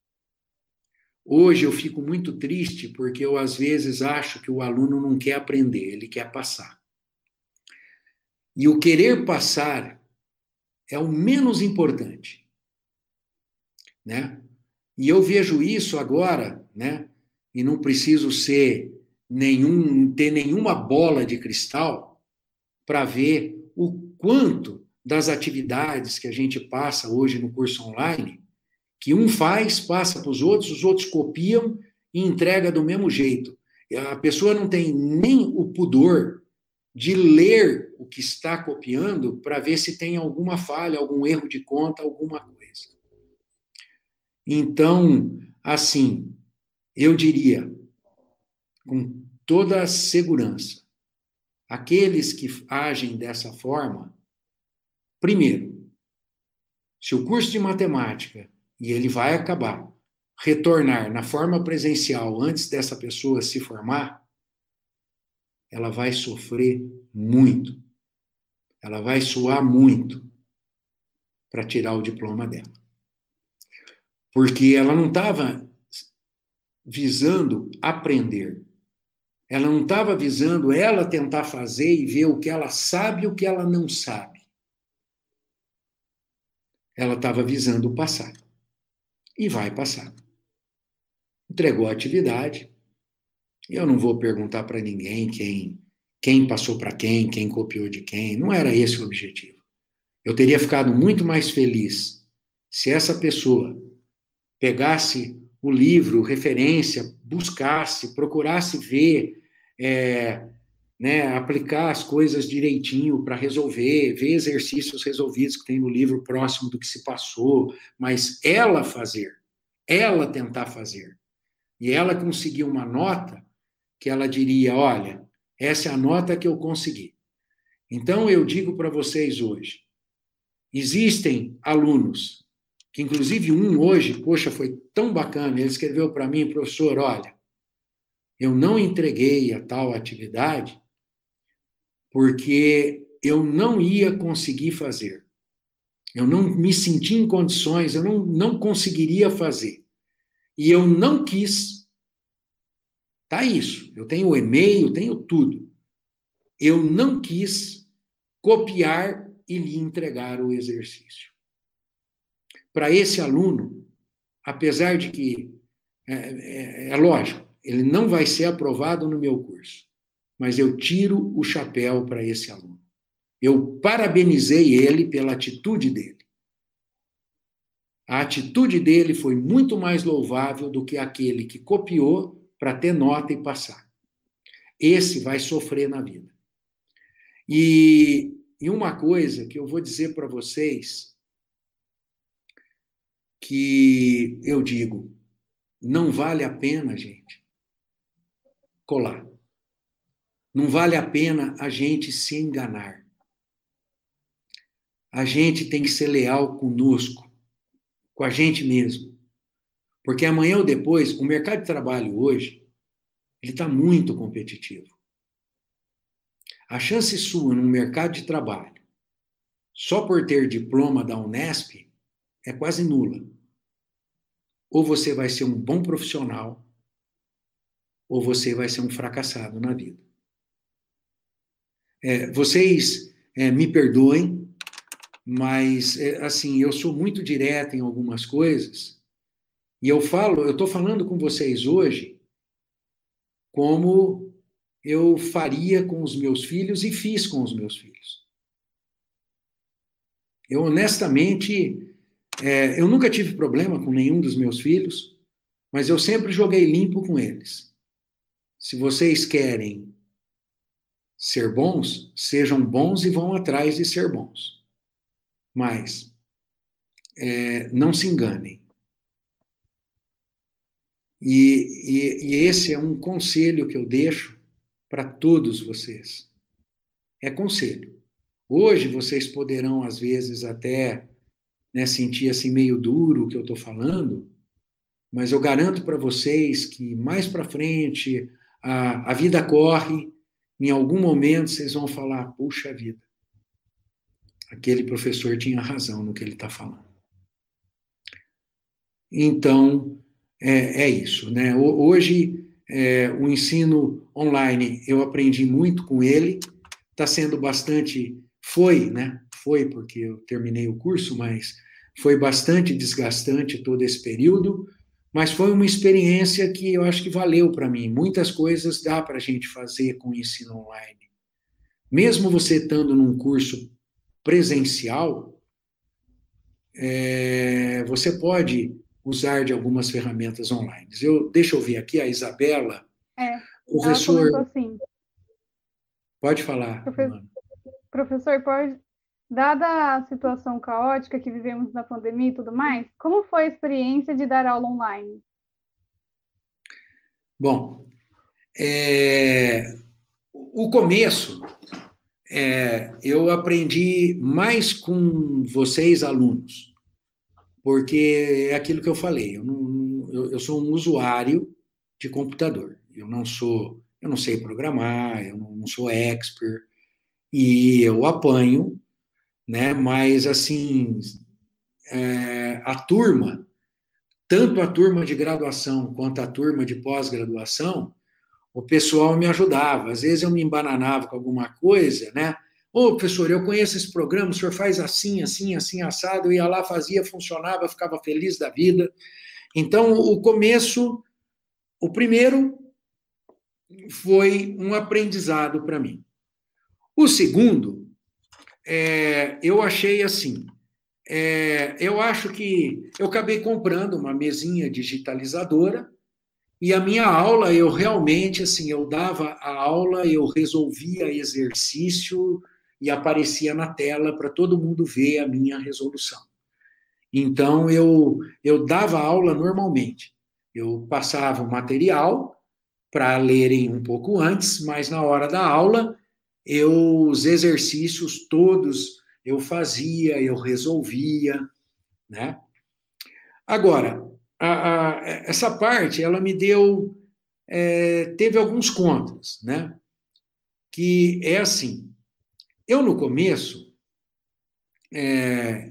Hoje eu fico muito triste porque eu, às vezes, acho que o aluno não quer aprender, ele quer passar. E o querer passar é o menos importante. Né? E eu vejo isso agora, né? E não preciso ser nenhum, ter nenhuma bola de cristal para ver o quanto das atividades que a gente passa hoje no curso online, que um faz, passa para os outros, os outros copiam e entrega do mesmo jeito. A pessoa não tem nem o pudor de ler o que está copiando para ver se tem alguma falha, algum erro de conta, alguma coisa. Então, assim, eu diria, com toda a segurança, aqueles que agem dessa forma, primeiro, se o curso de matemática, e ele vai acabar, retornar na forma presencial antes dessa pessoa se formar, ela vai sofrer muito. Ela vai suar muito para tirar o diploma dela. Porque ela não estava visando aprender. Ela não estava visando ela tentar fazer e ver o que ela sabe e o que ela não sabe. Ela estava visando passar. E vai passar. Entregou a atividade. Eu não vou perguntar para ninguém quem, quem passou para quem, quem copiou de quem. Não era esse o objetivo. Eu teria ficado muito mais feliz se essa pessoa pegasse o livro, referência, buscasse, procurasse ver, é, né, aplicar as coisas direitinho para resolver, ver exercícios resolvidos que tem no livro próximo do que se passou, mas ela fazer, ela tentar fazer. E ela conseguir uma nota que ela diria, olha, essa é a nota que eu consegui. Então, eu digo para vocês hoje, existem alunos, que inclusive um hoje, poxa, foi tão bacana, ele escreveu para mim, professor, olha, eu não entreguei a tal atividade porque eu não ia conseguir fazer. Eu não me senti em condições, eu não, não conseguiria fazer. E eu não quis. Tá isso. Eu tenho o e-mail, tenho tudo. Eu não quis copiar e lhe entregar o exercício. Para esse aluno, apesar de que, é, é, é lógico, ele não vai ser aprovado no meu curso, mas eu tiro o chapéu para esse aluno. Eu parabenizei ele pela atitude dele. A atitude dele foi muito mais louvável do que aquele que copiou para ter nota e passar. Esse vai sofrer na vida. E, e uma coisa que eu vou dizer para vocês, que eu digo, não vale a pena, gente, colar. Não vale a pena a gente se enganar. A gente tem que ser leal conosco, com a gente mesmo. Porque amanhã ou depois, o mercado de trabalho hoje, ele está muito competitivo. A chance sua no mercado de trabalho, só por ter diploma da Unesp, é quase nula. Ou você vai ser um bom profissional, ou você vai ser um fracassado na vida. É, vocês é, me perdoem, mas, é, assim, eu sou muito direto em algumas coisas, e eu falo, eu estou falando com vocês hoje como eu faria com os meus filhos e fiz com os meus filhos. Eu, honestamente, é, eu nunca tive problema com nenhum dos meus filhos, mas eu sempre joguei limpo com eles. Se vocês querem ser bons, sejam bons e vão atrás de ser bons. Mas é, não se enganem. E, e, e esse é um conselho que eu deixo para todos vocês. É conselho. Hoje vocês poderão, às vezes, até, né, sentir assim meio duro o que eu estou falando, mas eu garanto para vocês que mais para frente a, a vida corre, em algum momento vocês vão falar, puxa vida, aquele professor tinha razão no que ele está falando. Então, é, é isso, né? Hoje, é, o ensino online, eu aprendi muito com ele, está sendo bastante, foi, né? Foi porque eu terminei o curso, mas foi bastante desgastante todo esse período, mas foi uma experiência que eu acho que valeu para mim. Muitas coisas dá para a gente fazer com o ensino online. Mesmo você estando num curso presencial, é, você pode usar de algumas ferramentas online. Eu, deixa eu ver aqui, a Isabela. É, O ela professor... comentou assim. Pode falar, Profe- Luana. Professor, pode, dada a situação caótica que vivemos na pandemia e tudo mais, como foi a experiência de dar aula online? Bom, é, o começo, é, eu aprendi mais com vocês, alunos, porque é aquilo que eu falei, eu, não, eu, eu sou um usuário de computador, eu não sou, eu não sei programar, eu não, não sou expert, e eu apanho, né? Mas, assim, é, a turma, tanto a turma de graduação quanto a turma de pós-graduação, o pessoal me ajudava. Às vezes eu me embananava com alguma coisa, né? Ô, professor, eu conheço esse programa, o senhor faz assim, assim, assim, assado. Eu ia lá, fazia, funcionava, ficava feliz da vida. Então, o começo, o primeiro foi um aprendizado para mim. O segundo, é, eu achei assim, é, eu acho que eu acabei comprando uma mesinha digitalizadora e a minha aula, eu realmente, assim, eu dava a aula, eu resolvia exercício e aparecia na tela para todo mundo ver a minha resolução. Então, eu, eu dava aula normalmente. Eu passava o material para lerem um pouco antes, mas na hora da aula, eu, os exercícios todos eu fazia, eu resolvia, né? Agora, a, a, essa parte, ela me deu, é, teve alguns contras, né? Que é assim, eu no começo, é,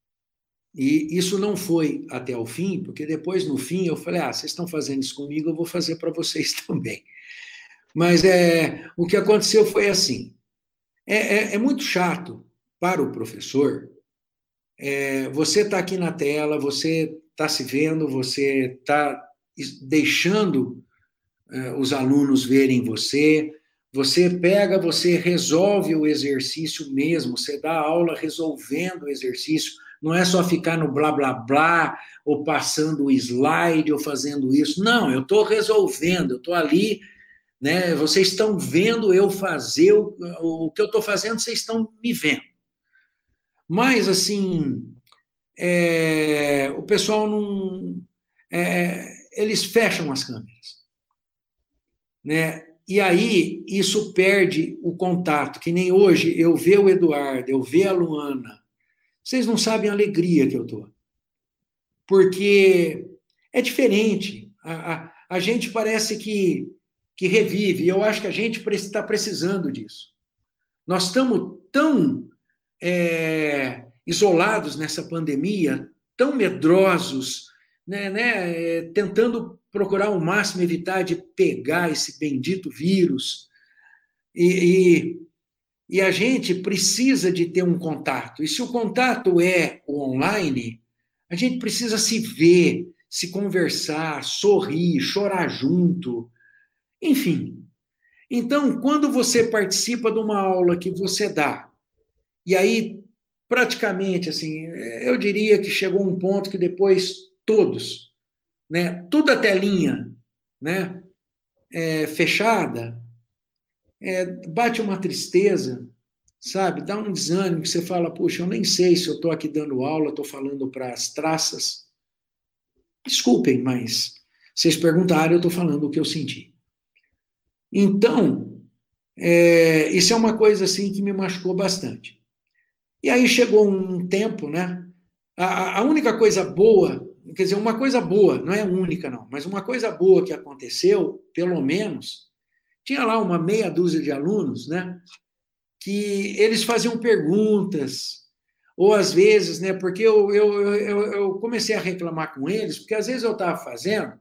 e isso não foi até o fim, porque depois no fim eu falei, ah, vocês estão fazendo isso comigo, eu vou fazer para vocês também. Mas é, o que aconteceu foi assim, é, é, é muito chato para o professor, é, você está aqui na tela, você está se vendo, você está deixando é, os alunos verem você, você pega, você resolve o exercício mesmo, você dá aula resolvendo o exercício, não é só ficar no blá blá blá, ou passando o slide, ou fazendo isso, não, eu estou resolvendo, eu estou ali, né, vocês estão vendo eu fazer o, o que eu estou fazendo, vocês estão me vendo. Mas, assim, é, o pessoal não... É, eles fecham as câmeras, né? E aí isso perde o contato, que nem hoje eu ver o Eduardo, eu ver a Luana, vocês não sabem a alegria que eu tô, porque é diferente, a, a, a gente parece que, que revive, e eu acho que a gente está precisando disso. Nós estamos tão é, isolados nessa pandemia, tão medrosos, né, né, tentando procurar ao máximo evitar de pegar esse bendito vírus. E, e, e a gente precisa de ter um contato. E se o contato é o online, a gente precisa se ver, se conversar, sorrir, chorar junto, enfim. Então, quando você participa de uma aula que você dá, e aí, praticamente, assim, eu diria que chegou um ponto que depois todos, né, tudo a telinha, né, é, fechada, é, bate uma tristeza, sabe? Dá um desânimo que você fala, puxa, eu nem sei se eu estou aqui dando aula, estou falando para as traças. Desculpem, mas vocês perguntaram, eu estou falando o que eu senti. Então, é, isso é uma coisa assim que me machucou bastante. E aí chegou um tempo, né? A, a única coisa boa, quer dizer, uma coisa boa, não é única não, mas uma coisa boa que aconteceu, pelo menos, tinha lá uma meia dúzia de alunos, né? Que eles faziam perguntas, ou às vezes, né? Porque eu, eu, eu, eu comecei a reclamar com eles, porque às vezes eu estava fazendo,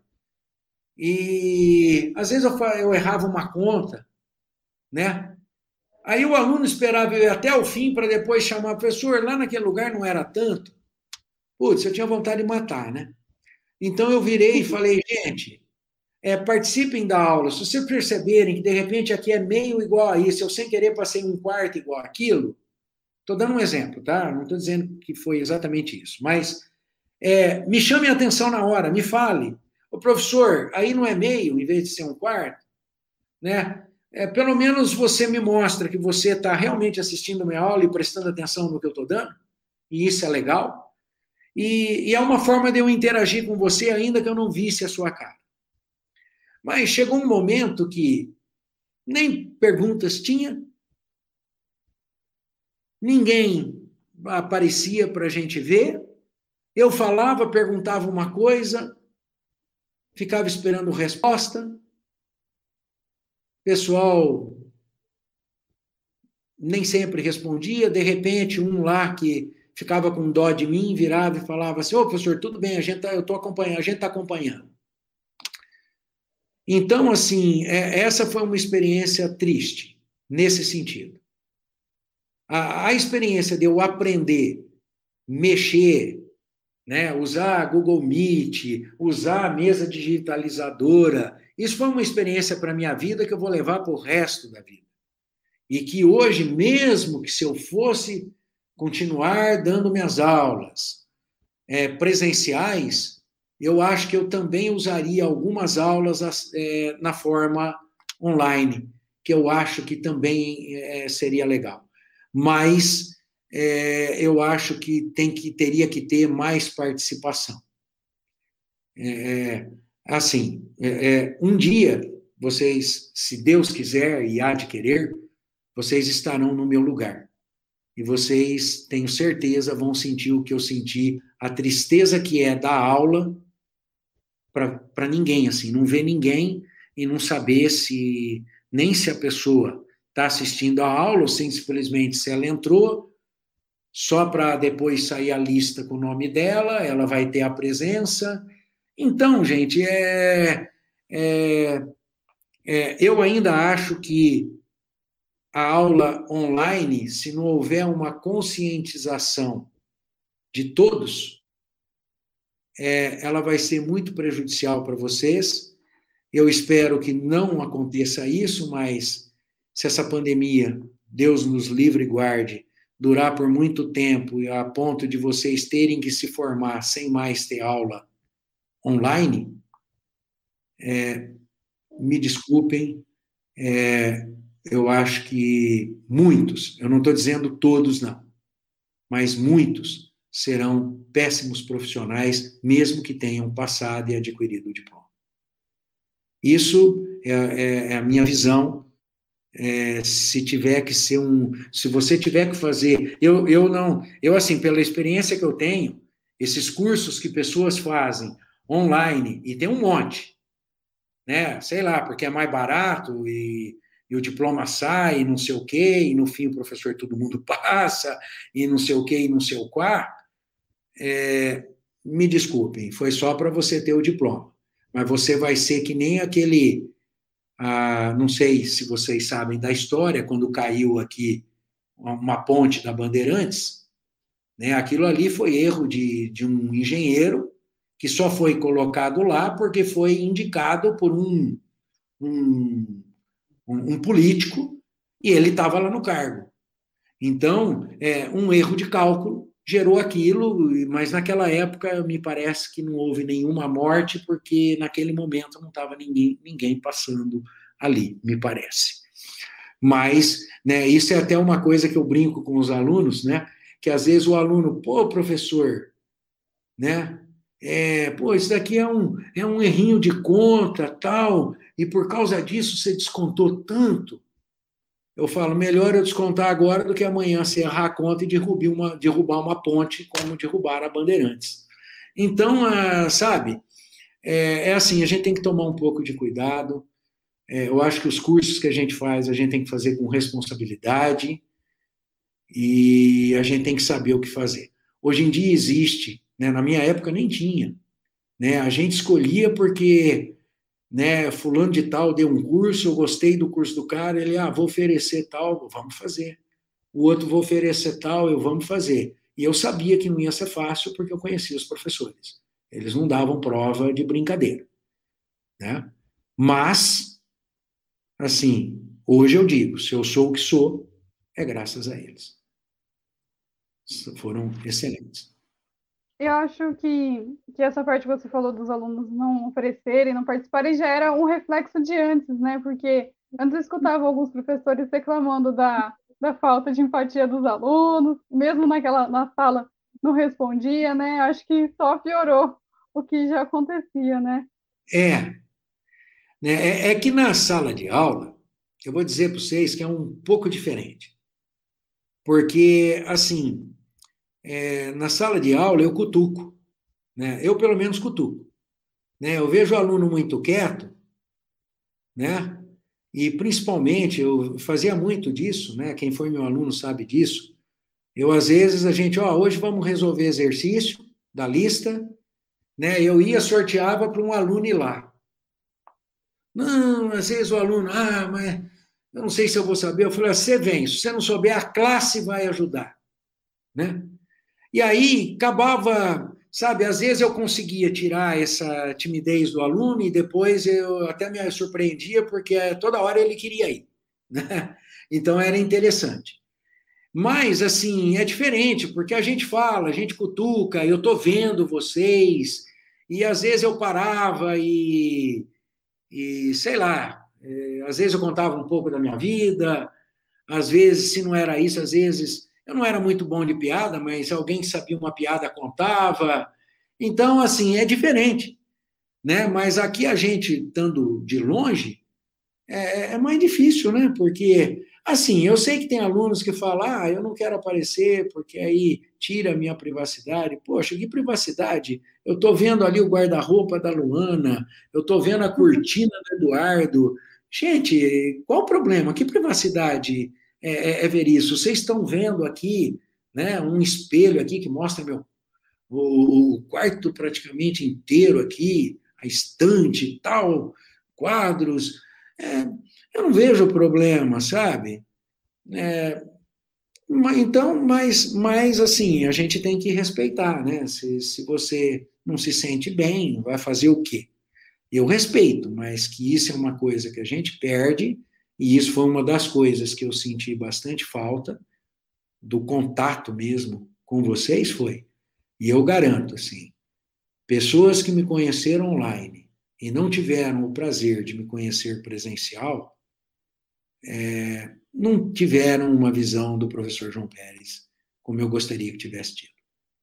e às vezes eu, eu errava uma conta, né? Aí o aluno esperava eu ir até o fim para depois chamar, professor, lá naquele lugar não era tanto. Putz, eu tinha vontade de matar, né? Então eu virei e falei, gente, é, participem da aula. Se vocês perceberem que de repente aqui é meio igual a isso, eu sem querer passei um quarto igual aquilo, estou dando um exemplo, tá? Não estou dizendo que foi exatamente isso, mas é, me chame a atenção na hora, me fale. O professor, aí não é meio, em vez de ser um quarto, né? é, pelo menos você me mostra que você está realmente assistindo a minha aula e prestando atenção no que eu estou dando, e isso é legal. E, e é uma forma de eu interagir com você, ainda que eu não visse a sua cara. Mas chegou um momento que nem perguntas tinha, ninguém aparecia para a gente ver, eu falava, perguntava uma coisa, ficava esperando resposta, pessoal nem sempre respondia, de repente um lá que ficava com dó de mim, virava e falava assim, ô professor, tudo bem, a gente tá, eu tô acompanhando, a gente está acompanhando. Então, assim, é, essa foi uma experiência triste, nesse sentido. A, a experiência de eu aprender, mexer, né, usar Google Meet, usar a mesa digitalizadora, isso foi uma experiência para a minha vida que eu vou levar para o resto da vida. E que hoje, mesmo que se eu fosse continuar dando minhas aulas é, presenciais, eu acho que eu também usaria algumas aulas é, na forma online, que eu acho que também é, seria legal. Mas é, eu acho que, tem que teria que ter mais participação. É, assim, é, um dia, vocês, se Deus quiser e há de querer, vocês estarão no meu lugar. E vocês, tenho certeza, vão sentir o que eu senti, a tristeza que é dar aula para ninguém, assim, não ver ninguém e não saber se, nem se a pessoa está assistindo a aula ou simplesmente se ela entrou, só para depois sair a lista com o nome dela, ela vai ter a presença. Então, gente, é, é, é, eu ainda acho que a aula online, se não houver uma conscientização de todos, é, ela vai ser muito prejudicial para vocês. Eu espero que não aconteça isso, mas se essa pandemia, Deus nos livre e guarde, durar por muito tempo e a ponto de vocês terem que se formar sem mais ter aula online, é, me desculpem, é, eu acho que muitos, eu não estou dizendo todos não, mas muitos serão péssimos profissionais, mesmo que tenham passado e adquirido o diploma. Isso é, é, é a minha visão. É, se tiver que ser um, se você tiver que fazer, eu, eu não, eu assim, pela experiência que eu tenho, esses cursos que pessoas fazem online, e tem um monte, né, sei lá, porque é mais barato e, e o diploma sai, e não sei o quê, e no fim o professor todo mundo passa, e não sei o quê, e não sei o quê, é, me desculpem, foi só para você ter o diploma, mas você vai ser que nem aquele ah, não sei se vocês sabem da história, quando caiu aqui uma ponte da Bandeirantes, né, aquilo ali foi erro de, de um engenheiro que só foi colocado lá porque foi indicado por um, um, um político e ele estava lá no cargo. Então, é, um erro de cálculo gerou aquilo, mas naquela época me parece que não houve nenhuma morte, porque naquele momento não estava ninguém, ninguém passando ali, me parece. Mas, né, isso é até uma coisa que eu brinco com os alunos, né, que às vezes o aluno, pô, professor, né, é, pô, isso daqui é um, é um errinho de conta, tal, e por causa disso você descontou tanto. Eu falo, melhor eu descontar agora do que amanhã se errar a conta e derrubar uma, derrubar uma ponte como derrubar a Bandeirantes. Então, ah, sabe, é, é assim, a gente tem que tomar um pouco de cuidado. É, eu acho que os cursos que a gente faz, a gente tem que fazer com responsabilidade e a gente tem que saber o que fazer. Hoje em dia existe, né, na minha época nem tinha, né, a gente escolhia porque, né, fulano de tal deu um curso, eu gostei do curso do cara, ele, ah, vou oferecer tal, vamos fazer. O outro, vou oferecer tal, eu, vamos fazer. E eu sabia que não ia ser fácil porque eu conhecia os professores. Eles não davam prova de brincadeira, né? Mas, assim, hoje eu digo, se eu sou o que sou, é graças a eles. Foram excelentes. Eu acho que, que essa parte que você falou dos alunos não oferecerem, não participarem, já era um reflexo de antes, né? Porque Antes eu escutava alguns professores reclamando da, da falta de empatia dos alunos, mesmo naquela na sala não respondia, né? Acho que só piorou o que já acontecia, né? É, né? É, é que na sala de aula, eu vou dizer para vocês que é um pouco diferente. Porque, assim, é, na sala de aula eu cutuco, né? Eu, pelo menos, cutuco. Né? Eu vejo o aluno muito quieto, né? E, principalmente, eu fazia muito disso, né? Quem foi meu aluno sabe disso. Eu, às vezes, a gente, ó, hoje vamos resolver exercício da lista, né? Eu ia, sorteava para um aluno ir lá. Não, às vezes o aluno, ah, mas eu não sei se eu vou saber. Eu falei, ah, você vem, se você não souber, a classe vai ajudar, né? E aí acabava, sabe, às vezes eu conseguia tirar essa timidez do aluno e depois eu até me surpreendia porque toda hora ele queria ir, né? Então era interessante. Mas, assim, é diferente, porque a gente fala, a gente cutuca, eu estou vendo vocês, e às vezes eu parava e, e sei lá, é, às vezes eu contava um pouco da minha vida, às vezes, se não era isso, às vezes eu não era muito bom de piada, mas alguém que sabia uma piada contava. Então, assim, é diferente, né? Mas aqui a gente, estando de longe, é, é mais difícil, né? Porque, assim, eu sei que tem alunos que falam, ah, eu não quero aparecer porque aí tira a minha privacidade. Poxa, que privacidade? Eu estou vendo ali o guarda-roupa da Luana, eu estou vendo a cortina do Eduardo. Gente, qual o problema? Que privacidade é, é, é ver isso? Vocês estão vendo aqui, né, um espelho aqui que mostra meu, o, o quarto praticamente inteiro aqui, a estante e tal, quadros. É, eu não vejo problema, sabe? É, então, mas, mas assim, a gente tem que respeitar, né? Se, se você não se sente bem, vai fazer o quê? Eu respeito, mas que isso é uma coisa que a gente perde, e isso foi uma das coisas que eu senti bastante falta do contato mesmo com vocês, foi. E eu garanto, assim, pessoas que me conheceram online e não tiveram o prazer de me conhecer presencial, é, não tiveram uma visão do professor João Pérez como eu gostaria que tivesse tido.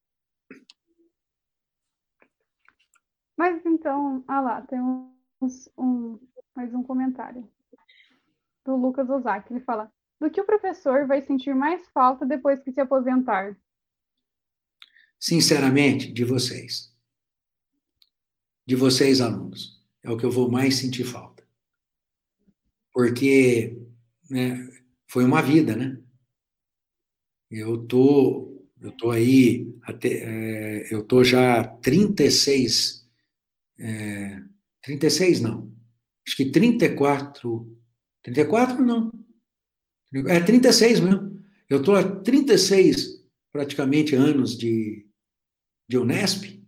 Mas então, ah lá, tem uns, um, mais um comentário do Lucas Ozaki. Ele fala: do que o professor vai sentir mais falta depois que se aposentar? Sinceramente, de vocês. De vocês, alunos. É o que eu vou mais sentir falta. Porque, né, foi uma vida, né? Eu tô, eu tô aí, até, é, eu tô já trinta e seis, é, trinta e seis não, acho que trinta e quatro, trinta e quatro não, é trinta e seis mesmo. Eu tô há trinta e seis praticamente anos de, de Unesp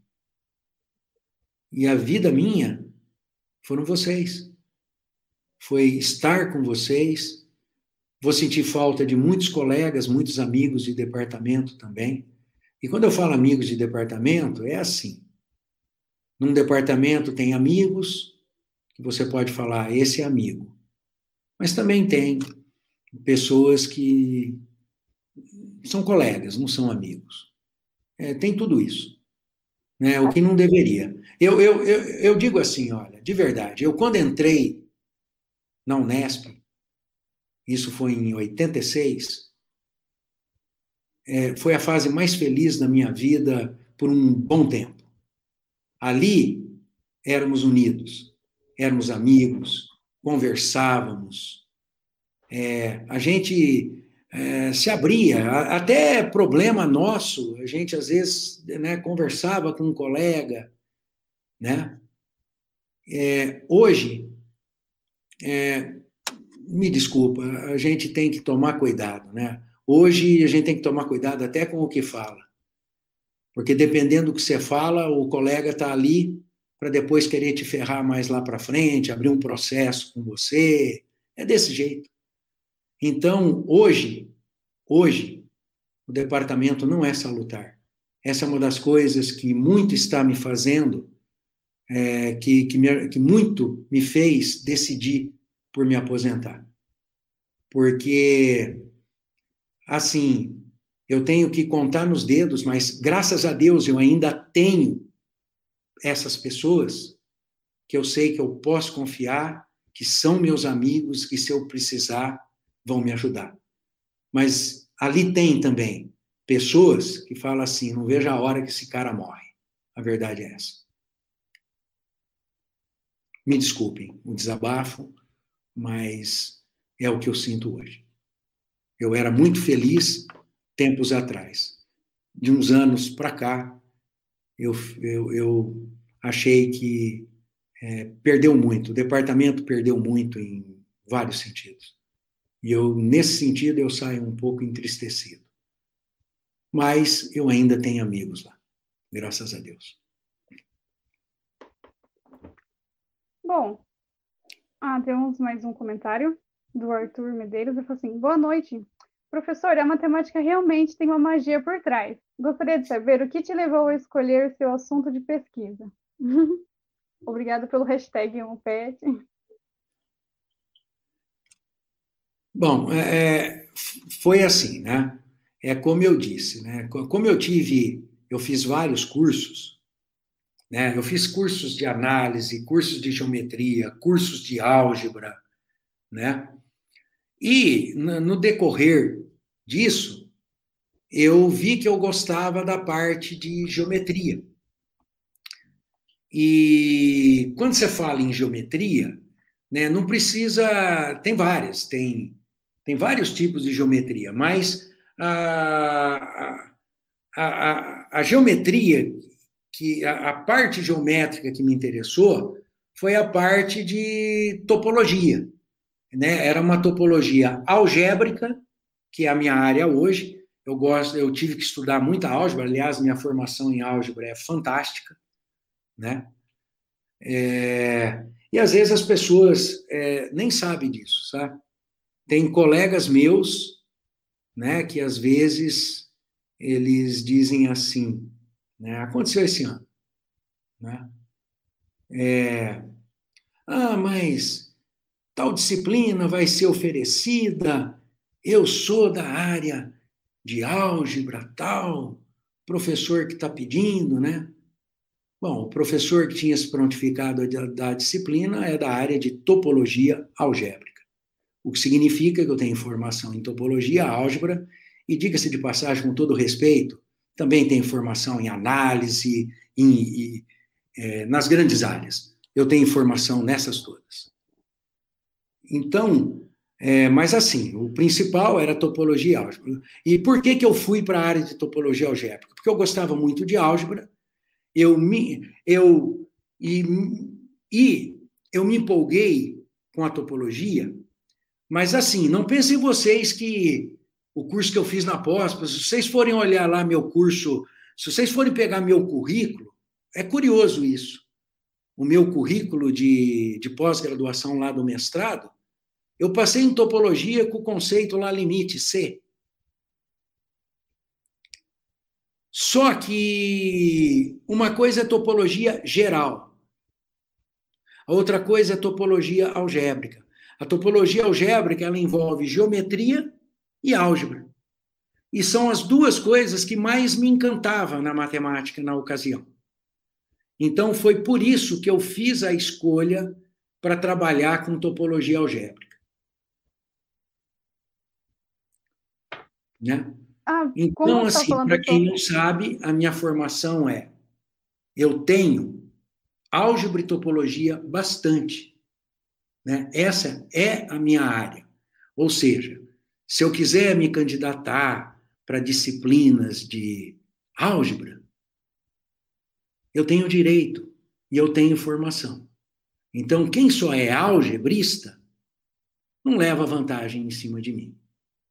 e a vida minha foram vocês. Foi estar com vocês. Vou sentir falta de muitos colegas, muitos amigos de departamento também. E quando eu falo amigos de departamento, é assim. Num departamento tem amigos, que você pode falar, esse é amigo. Mas também tem pessoas que são colegas, não são amigos. É, tem tudo isso. Né? O que não deveria. Eu, eu, eu, eu digo assim, olha, de verdade, eu quando entrei na Unesp, isso foi em oitenta e seis, é, foi a fase mais feliz da minha vida por um bom tempo. Ali éramos unidos, éramos amigos, conversávamos, é, a gente é, se abria, até problema nosso, a gente às vezes, né, conversava com um colega, né? É, hoje, é, me desculpa, a gente tem que tomar cuidado, né? Hoje a gente tem que tomar cuidado até com o que fala, porque dependendo do que você fala, o colega está ali para depois querer te ferrar mais lá para frente, abrir um processo com você, é desse jeito. Então, hoje, hoje, o departamento não é salutar. Essa é uma das coisas que muito está me fazendo, é, que, que, me, que muito me fez decidir por me aposentar. Porque, assim, eu tenho que contar nos dedos, mas graças a Deus eu ainda tenho essas pessoas que eu sei que eu posso confiar, que são meus amigos, que se eu precisar vão me ajudar. Mas ali tem também pessoas que falam assim, não vejo a hora que esse cara morre. A verdade é essa. Me desculpem o desabafo, mas é o que eu sinto hoje. Eu era muito feliz tempos atrás. De uns anos para cá, eu, eu, eu achei que é, perdeu muito, o departamento perdeu muito em vários sentidos. E eu, nesse sentido, eu saio um pouco entristecido. Mas eu ainda tenho amigos lá, graças a Deus. Bom, ah, temos mais um comentário do Arthur Medeiros. Ele falou assim, boa noite. Professor, a matemática realmente tem uma magia por trás. Gostaria de saber o que te levou a escolher seu assunto de pesquisa. Obrigada pelo hashtag um pet. Bom, é, foi assim, né? É como eu disse, né? Como eu tive, eu fiz vários cursos, né? Eu fiz cursos de análise, cursos de geometria, cursos de álgebra, né? E no decorrer disso, eu vi que eu gostava da parte de geometria. E quando você fala em geometria, né, não precisa, tem várias, tem, tem vários tipos de geometria, mas a, a, a, a geometria, que, a, a parte geométrica que me interessou foi a parte de topologia. Né? Era uma topologia algébrica, que é a minha área hoje. Eu gosto, eu tive que estudar muita álgebra, aliás, minha formação em álgebra é fantástica, né? É, e às vezes as pessoas é, nem sabem disso, sabe? Tem colegas meus, né, que às vezes eles dizem assim, né, aconteceu esse ano, né? É, ah, mas tal disciplina vai ser oferecida, eu sou da área de álgebra, tal, professor que está pedindo, né? Bom, o professor que tinha se prontificado da disciplina é da área de topologia algébrica, o que significa que eu tenho formação em topologia, álgebra, e diga-se de passagem, com todo respeito, também tenho formação em análise, em, em, é, nas grandes áreas. Eu tenho formação nessas todas. Então, é, mas assim, o principal era topologia álgebra. E por que, que eu fui para a área de topologia algébrica? Porque eu gostava muito de álgebra, eu me, eu, e, e eu me empolguei com a topologia, mas assim, não pensem vocês que o curso que eu fiz na pós, se vocês forem olhar lá meu curso, se vocês forem pegar meu currículo, é curioso isso, o meu currículo de, de pós-graduação lá do mestrado, eu passei em topologia com o conceito lá limite, C. Só que uma coisa é topologia geral, a outra coisa é topologia algébrica. A topologia algébrica, ela envolve geometria e álgebra. E são as duas coisas que mais me encantavam na matemática na ocasião. Então, foi por isso que eu fiz a escolha para trabalhar com topologia algébrica. Né? Ah, então, tá assim, para quem não sabe, a minha formação é, eu tenho álgebra e topologia bastante. Né? Essa é a minha área. Ou seja, se eu quiser me candidatar para disciplinas de álgebra, eu tenho direito e eu tenho formação. Então, quem só é algebrista não leva vantagem em cima de mim.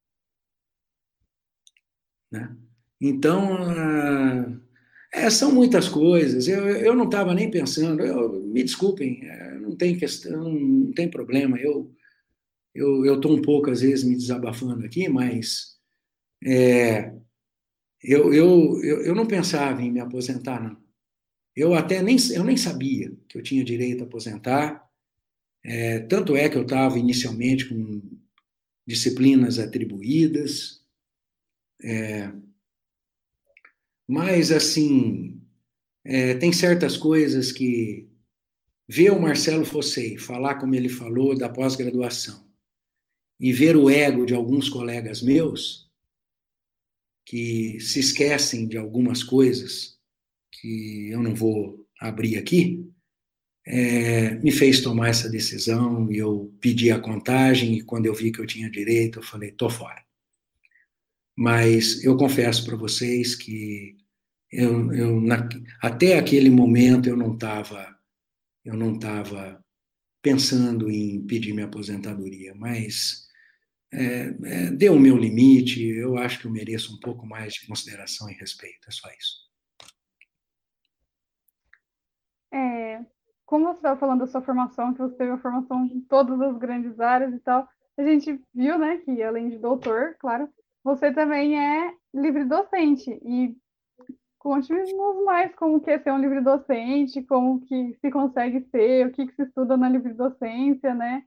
Né? Então, é, são muitas coisas. Eu, eu não estava nem pensando. Eu, me desculpem, não tem questão, não tem problema. Eu eu estou um pouco às vezes me desabafando aqui, mas é, eu, eu, eu, eu não pensava em me aposentar, não. Eu até nem, eu nem sabia que eu tinha direito a aposentar. É, tanto é que eu estava inicialmente com disciplinas atribuídas, é, mas, assim, é, tem certas coisas que ver o Marcelo Fossey falar como ele falou da pós-graduação e ver o ego de alguns colegas meus que se esquecem de algumas coisas que eu não vou abrir aqui, é, me fez tomar essa decisão e eu pedi a contagem e quando eu vi que eu tinha direito, eu falei, tô fora. Mas eu confesso para vocês que eu, eu na, até aquele momento eu não estava eu não estava pensando em pedir minha aposentadoria, mas é, é, deu o meu limite, eu acho que eu mereço um pouco mais de consideração e respeito, é só isso. É, como você estava falando da sua formação, que você teve a formação em todas as grandes áreas e tal, a gente viu, né, que além de doutor, claro, você também é livre docente. E conte-nos mais como que é ser um livre docente, como que se consegue ser, o que que se estuda na livre docência, né?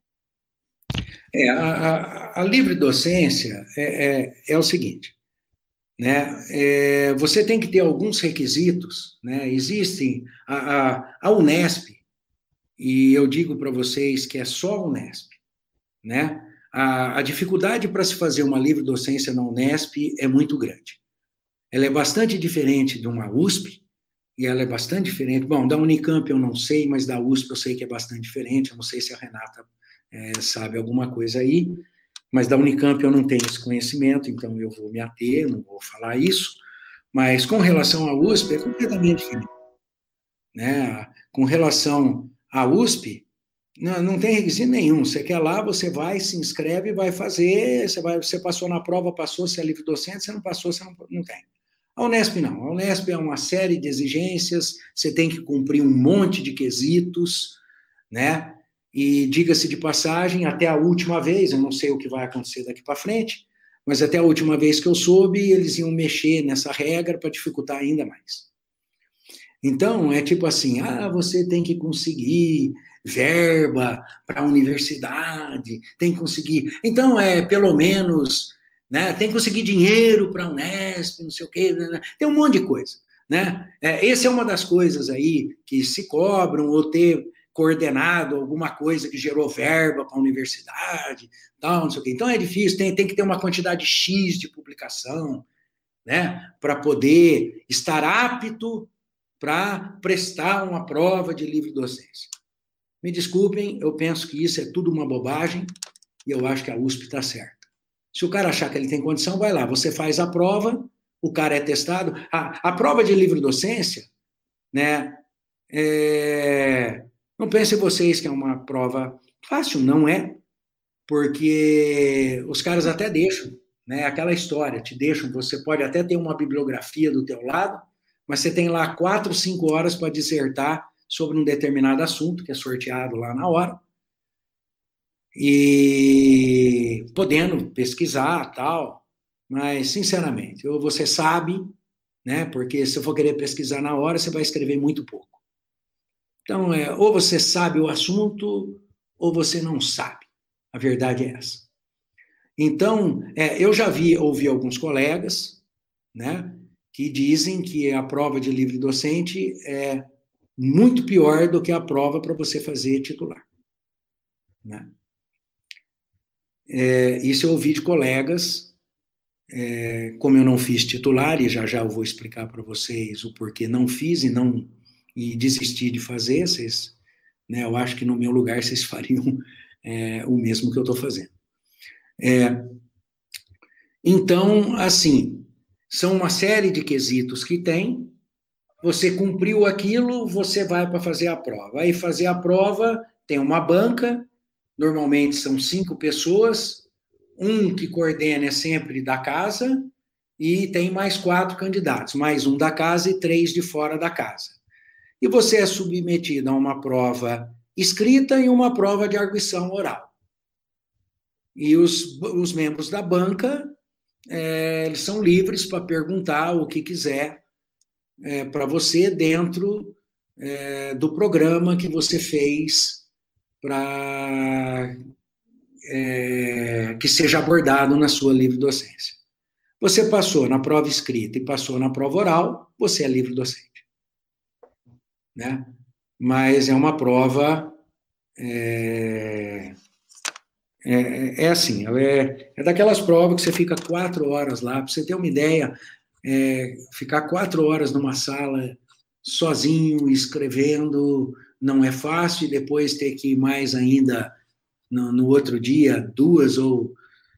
É, a, a, a livre docência é, é, é o seguinte, né? É, você tem que ter alguns requisitos, né? Existem a, a, a Unesp, e eu digo para vocês que é só a Unesp, né? A, a dificuldade para se fazer uma livre docência na Unesp é muito grande. Ela é bastante diferente de uma U S P, e ela é bastante diferente. Bom, da Unicamp eu não sei, mas da U S P eu sei que é bastante diferente. Eu não sei se a Renata é, sabe alguma coisa aí, mas da Unicamp eu não tenho esse conhecimento, então eu vou me ater, não vou falar isso. Mas com relação à U S P é completamente diferente, né? Com relação à U S P, não, não tem requisito nenhum. Você quer lá, você vai, se inscreve, vai fazer, você, vai, você passou na prova, passou, você é livre docente, você não passou, você não, não tem. A Unesp não. A Unesp é uma série de exigências, você tem que cumprir um monte de quesitos, né? E diga-se de passagem, até a última vez, eu não sei o que vai acontecer daqui para frente, mas até a última vez que eu soube, eles iam mexer nessa regra para dificultar ainda mais. Então, é tipo assim, ah, você tem que conseguir verba para a universidade, tem que conseguir... Então, é pelo menos... Né? Tem que conseguir dinheiro para a Unesp, não sei o quê, né? Tem um monte de coisa. Né? É, essa é uma das coisas aí que se cobram, ou ter coordenado alguma coisa que gerou verba para a universidade, tal, não sei o quê. Então é difícil, tem, tem que ter uma quantidade X de publicação, né? Para poder estar apto para prestar uma prova de livre docência. Me desculpem, eu penso que isso é tudo uma bobagem e eu acho que a U S P está certa. Se o cara achar que ele tem condição, vai lá. Você faz a prova, o cara é testado. A, a prova de livre docência, né? É, não pensem vocês que é uma prova fácil, não é? Porque os caras até deixam, né? Aquela história, te deixam, você pode até ter uma bibliografia do teu lado, mas você tem lá quatro, cinco horas para dissertar sobre um determinado assunto, que é sorteado lá na hora. E podendo pesquisar tal, mas sinceramente, ou você sabe, né? Porque se eu for querer pesquisar na hora, você vai escrever muito pouco. Então, é, ou você sabe o assunto, ou você não sabe. A verdade é essa. Então, é, eu já vi, ouvi alguns colegas, né? Que dizem que a prova de livre docente é muito pior do que a prova para você fazer titular, né? É, isso eu ouvi de colegas, é, como eu não fiz titular, e já já eu vou explicar para vocês o porquê não fiz e não e desisti de fazer, vocês, né, eu acho que no meu lugar vocês fariam é, o mesmo que eu estou fazendo. É, então, assim, são uma série de quesitos que tem, você cumpriu aquilo, você vai para fazer a prova. Aí fazer a prova, tem uma banca, normalmente são cinco pessoas, um que coordena é sempre da casa, e tem mais quatro candidatos, mais um da casa e três de fora da casa. E você é submetido a uma prova escrita e uma prova de arguição oral. E os, os membros da banca, é, eles são livres para perguntar o que quiser é, para você dentro é, do programa que você fez para é, que seja abordado na sua livre-docência. Você passou na prova escrita e passou na prova oral, você é livre-docente. Né? Mas é uma prova... É, é, é assim, ela é, é daquelas provas que você fica quatro horas lá, para você ter uma ideia, é, ficar quatro horas numa sala sozinho, escrevendo, não é fácil, e depois ter que ir mais ainda no, no outro dia, duas ou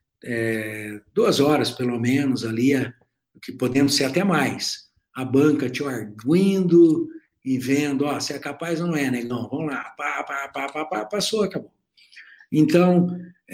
é, duas horas, pelo menos, ali, que podendo ser até mais. A banca te arguindo e vendo, ó, se é capaz ou não é, né? Não, vamos lá, pá, pá, pá, pá, pá, passou, acabou. Então,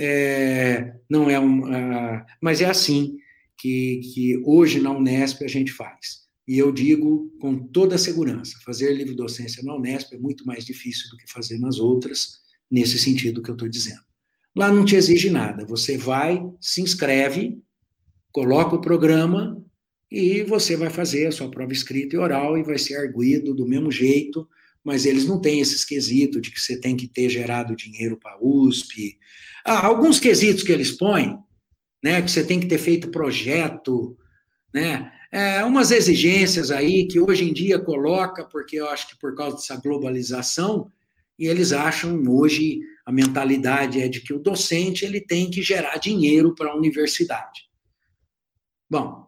é, não é um... Uh, mas é assim que, que hoje na Unesp a gente faz. E eu digo com toda a segurança, fazer livre-docência na Unesp é muito mais difícil do que fazer nas outras, nesse sentido que eu estou dizendo. Lá não te exige nada, você vai, se inscreve, coloca o programa e você vai fazer a sua prova escrita e oral e vai ser arguido do mesmo jeito, mas eles não têm esse quesito de que você tem que ter gerado dinheiro para a U S P. Ah, alguns quesitos que eles põem, né, que você tem que ter feito projeto, né, é, umas exigências aí que hoje em dia coloca, porque eu acho que por causa dessa globalização, e eles acham hoje, a mentalidade é de que o docente ele tem que gerar dinheiro para a universidade. Bom,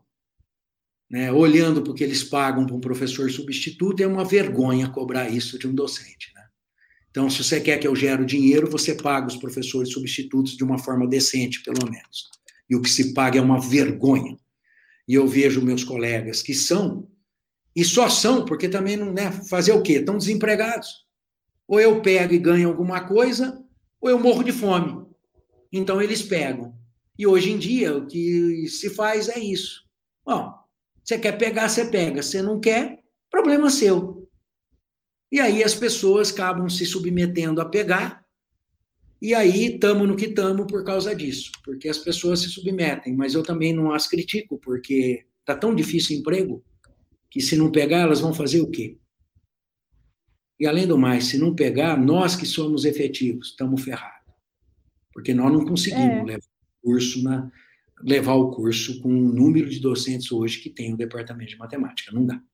né, olhando para o que eles pagam para um professor substituto, é uma vergonha cobrar isso de um docente. Né? Então, se você quer que eu gere dinheiro, você paga os professores substitutos de uma forma decente, pelo menos. E o que se paga é uma vergonha. E eu vejo meus colegas que são, e só são, porque também não, né, fazer o quê? Estão desempregados. Ou eu pego e ganho alguma coisa, ou eu morro de fome. Então, eles pegam. E hoje em dia, o que se faz é isso. Bom, você quer pegar, você pega. Você não quer, problema seu. E aí as pessoas acabam se submetendo a pegar, e aí estamos no que estamos por causa disso, porque as pessoas se submetem, mas eu também não as critico, porque está tão difícil o emprego, que se não pegar, elas vão fazer o quê? E além do mais, se não pegar, nós que somos efetivos, estamos ferrados, porque nós não conseguimos é. levar o curso na... levar o curso com o número de docentes hoje que tem o departamento de matemática. Não dá.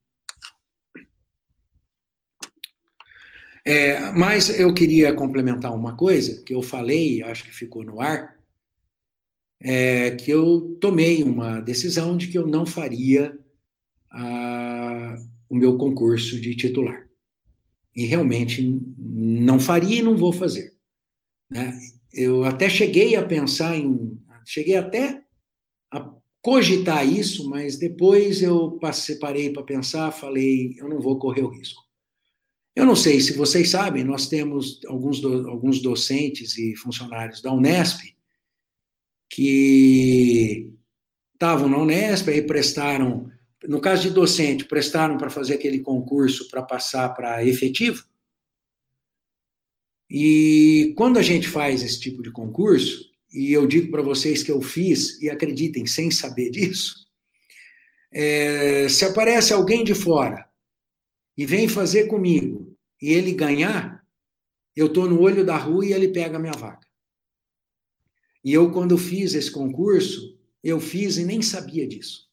É, mas eu queria complementar uma coisa que eu falei, acho que ficou no ar, é, que eu tomei uma decisão de que eu não faria a, o meu concurso de titular. E realmente não faria e não vou fazer. Né? Eu até cheguei a pensar em... Cheguei até a cogitar isso, mas depois eu passei, parei para pensar, falei, eu não vou correr o risco. Eu não sei se vocês sabem, nós temos alguns, do, alguns docentes e funcionários da Unesp que estavam na Unesp e prestaram, no caso de docente, prestaram para fazer aquele concurso para passar para efetivo. E quando a gente faz esse tipo de concurso, e eu digo para vocês que eu fiz, e acreditem, sem saber disso, é, se aparece alguém de fora e vem fazer comigo, e ele ganhar, eu estou no olho da rua e ele pega a minha vaga. E eu, quando fiz esse concurso, eu fiz e nem sabia disso.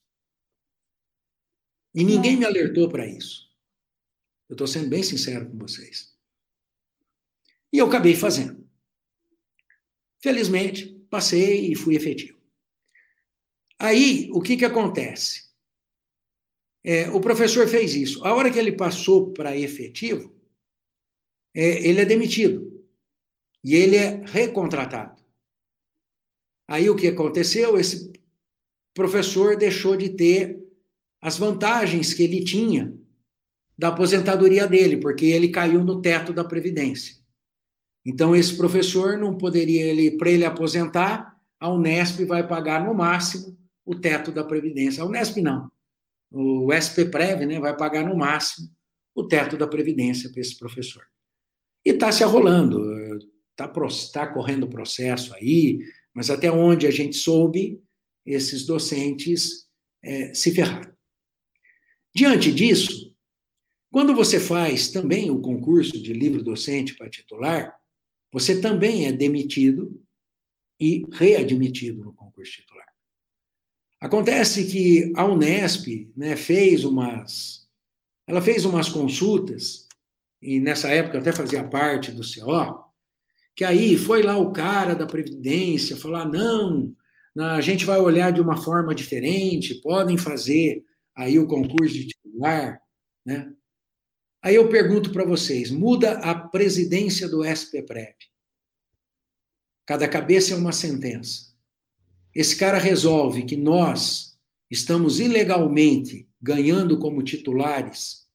E ninguém me alertou para isso. Eu estou sendo bem sincero com vocês. E eu acabei fazendo. Felizmente, passei e fui efetivo. Aí, o que que acontece? É, o professor fez isso. A hora que ele passou para efetivo, é, ele é demitido. E ele é recontratado. Aí, o que aconteceu? Esse professor deixou de ter as vantagens que ele tinha da aposentadoria dele, porque ele caiu no teto da Previdência. Então, esse professor não poderia, ele, para ele aposentar, a Unesp vai pagar no máximo o teto da Previdência. A Unesp não. O S P Prev, né, vai pagar no máximo o teto da Previdência para esse professor. E está se arrolando, está tá correndo processo aí, mas até onde a gente soube, esses docentes é, se ferraram. Diante disso, quando você faz também o concurso de livre-docente para titular, você também é demitido e readmitido no concurso titular. Acontece que a Unesp, né, fez umas, ela fez umas consultas, e nessa época eu até fazia parte do C O, que aí foi lá o cara da Previdência falar, não, a gente vai olhar de uma forma diferente, podem fazer aí o concurso de titular, né? Aí eu pergunto para vocês, muda a presidência do S P Prev. Cada cabeça é uma sentença. Esse cara resolve que nós estamos ilegalmente ganhando como titulares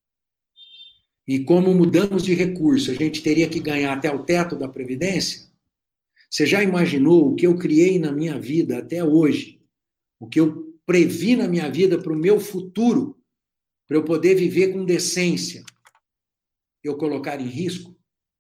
e como mudamos de recurso, a gente teria que ganhar até o teto da Previdência? Você já imaginou o que eu criei na minha vida até hoje? O que eu previ na minha vida para o meu futuro, para eu poder viver com decência, eu colocar em risco?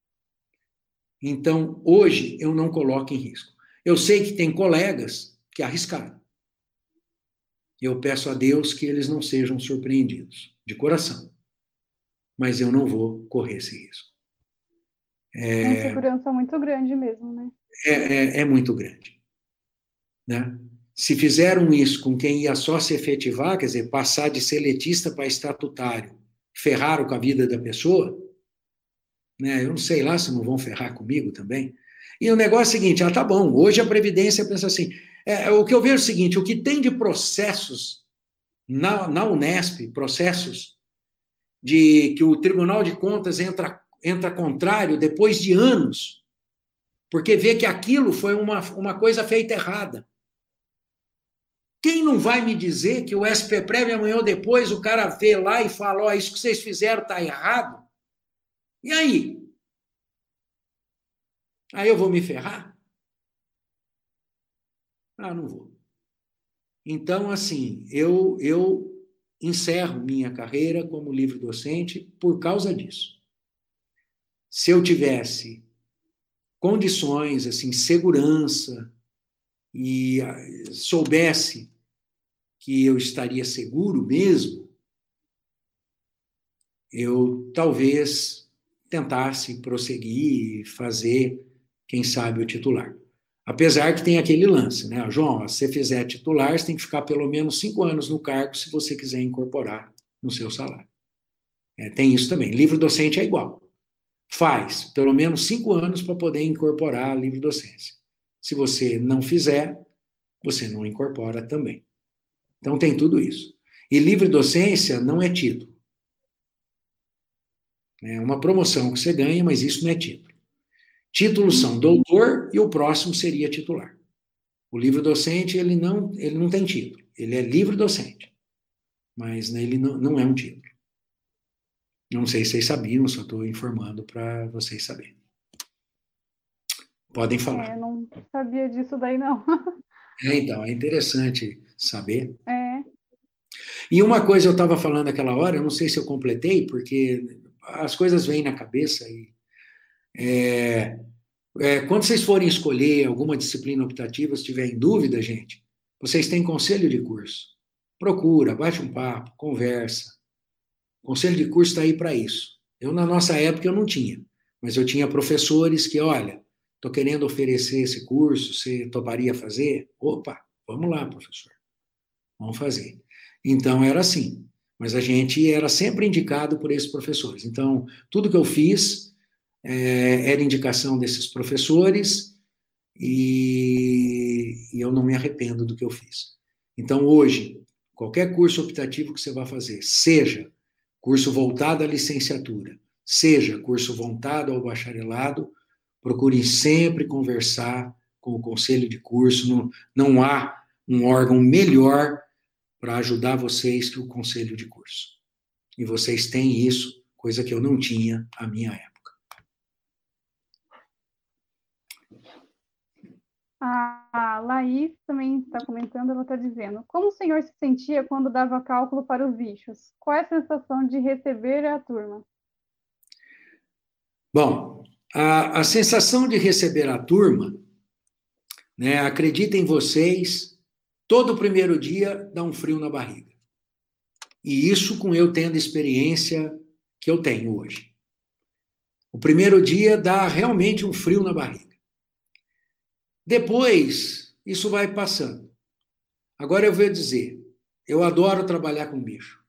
Então, hoje, eu não coloco em risco. Eu sei que tem colegas que arriscaram. Eu peço a Deus que eles não sejam surpreendidos, de coração. Mas eu não vou correr esse risco. É uma insegurança muito grande mesmo, né? É, é, é muito grande. Né? Se fizeram isso com quem ia só se efetivar, quer dizer, passar de seletista para estatutário, ferraram com a vida da pessoa, né? Eu não sei lá se não vão ferrar comigo também. E o negócio é o seguinte, ah, tá bom, hoje a Previdência pensa assim, é, o que eu vejo é o seguinte, o que tem de processos na, na Unesp, processos de que o Tribunal de Contas entra, entra contrário depois de anos, porque vê que aquilo foi uma, uma coisa feita errada. Quem não vai me dizer que o S P Prev amanhã ou depois o cara vê lá e fala, ó, oh, isso que vocês fizeram está errado? E aí? Aí eu vou me ferrar? Ah, não vou. Então, assim, eu, eu encerro minha carreira como livre docente por causa disso. Se eu tivesse condições, assim, segurança, e soubesse que eu estaria seguro mesmo, eu talvez tentasse prosseguir e fazer, quem sabe, o titular. Apesar que tem aquele lance, né? João, se você fizer titular, você tem que ficar pelo menos cinco anos no cargo se você quiser incorporar no seu salário. É, tem isso também. Livre docente é igual. Faz pelo menos cinco anos para poder incorporar a livre docência. Se você não fizer, você não incorpora também. Então tem tudo isso. E livre docência não é título. É uma promoção que você ganha, mas isso não é título. Títulos são doutor e o próximo seria titular. O livre docente, ele não, ele não tem título. Ele é livre docente. Mas ele não, não é um título. Não sei se vocês sabiam, só estou informando para vocês saberem. Podem falar. É, eu não sabia disso daí, não. É, então, é interessante saber. É. E uma coisa eu estava falando aquela hora, eu não sei se eu completei, porque as coisas vêm na cabeça e é, é, quando vocês forem escolher alguma disciplina optativa, se tiverem dúvida, gente, vocês têm conselho de curso. Procura, bate um papo, conversa. Conselho de curso está aí para isso. Eu, na nossa época, eu não tinha, mas eu tinha professores que, olha, estou querendo oferecer esse curso, você toparia fazer? Opa, vamos lá, professor. Vamos fazer. Então, era assim. Mas a gente era sempre indicado por esses professores. Então, tudo que eu fiz é, era indicação desses professores e, e eu não me arrependo do que eu fiz. Então, hoje, qualquer curso optativo que você vá fazer, seja curso voltado à licenciatura, seja curso voltado ao bacharelado, procure sempre conversar com o conselho de curso. Não, não há um órgão melhor para ajudar vocês que o conselho de curso. E vocês têm isso, coisa que eu não tinha à minha época. A Laís também está comentando, ela está dizendo, como o senhor se sentia quando dava cálculo para os bichos? Qual é a sensação de receber a turma? Bom, a, a sensação de receber a turma, né, acreditem vocês, todo primeiro dia dá um frio na barriga. E isso com eu tendo a experiência que eu tenho hoje. O primeiro dia dá realmente um frio na barriga. Depois, isso vai passando. Agora eu vou dizer, eu adoro trabalhar com bicho.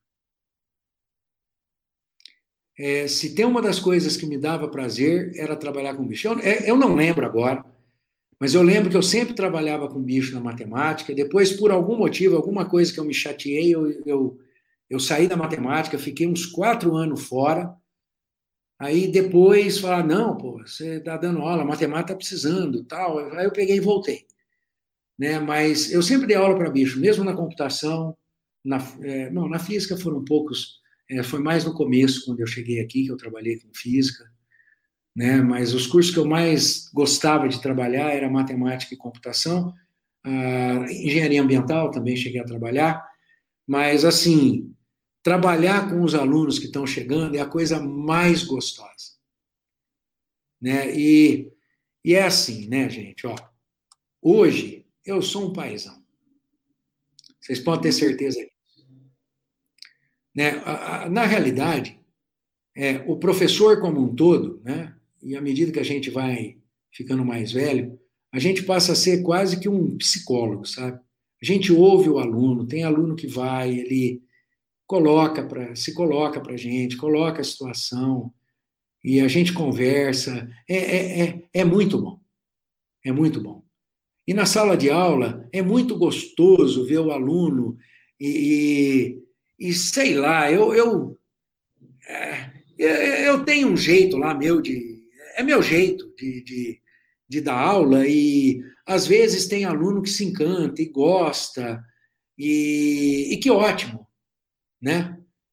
É, se tem uma das coisas que me dava prazer, era trabalhar com bicho. Eu, eu não lembro agora, mas eu lembro que eu sempre trabalhava com bicho na matemática. Depois, por algum motivo, alguma coisa que eu me chateei, eu, eu, eu saí da matemática, fiquei uns quatro anos fora. Aí depois falar, não, pô, você está dando aula, a matemática está precisando, tal. Aí eu peguei e voltei. Né? Mas eu sempre dei aula para bicho, mesmo na computação, na, é, não, na física foram poucos, é, foi mais no começo, quando eu cheguei aqui, que eu trabalhei com física, né? Mas os cursos que eu mais gostava de trabalhar era matemática e computação, a engenharia ambiental também cheguei a trabalhar, mas assim, trabalhar com os alunos que estão chegando é a coisa mais gostosa, né? E, e é assim, né, gente, ó, hoje eu sou um paizão, vocês podem ter certeza disso, né? Na realidade, é, o professor como um todo, né? E à medida que a gente vai ficando mais velho, a gente passa a ser quase que um psicólogo, sabe? A gente ouve o aluno, tem aluno que vai, ele coloca para, se coloca para a gente, coloca a situação, e a gente conversa. É, é, é, é muito bom, é muito bom. E na sala de aula é muito gostoso ver o aluno e, e, e sei lá, eu, eu, é, eu tenho um jeito lá meu de. É meu jeito de, de, de dar aula e às vezes tem aluno que se encanta e gosta, e, e que ótimo, né?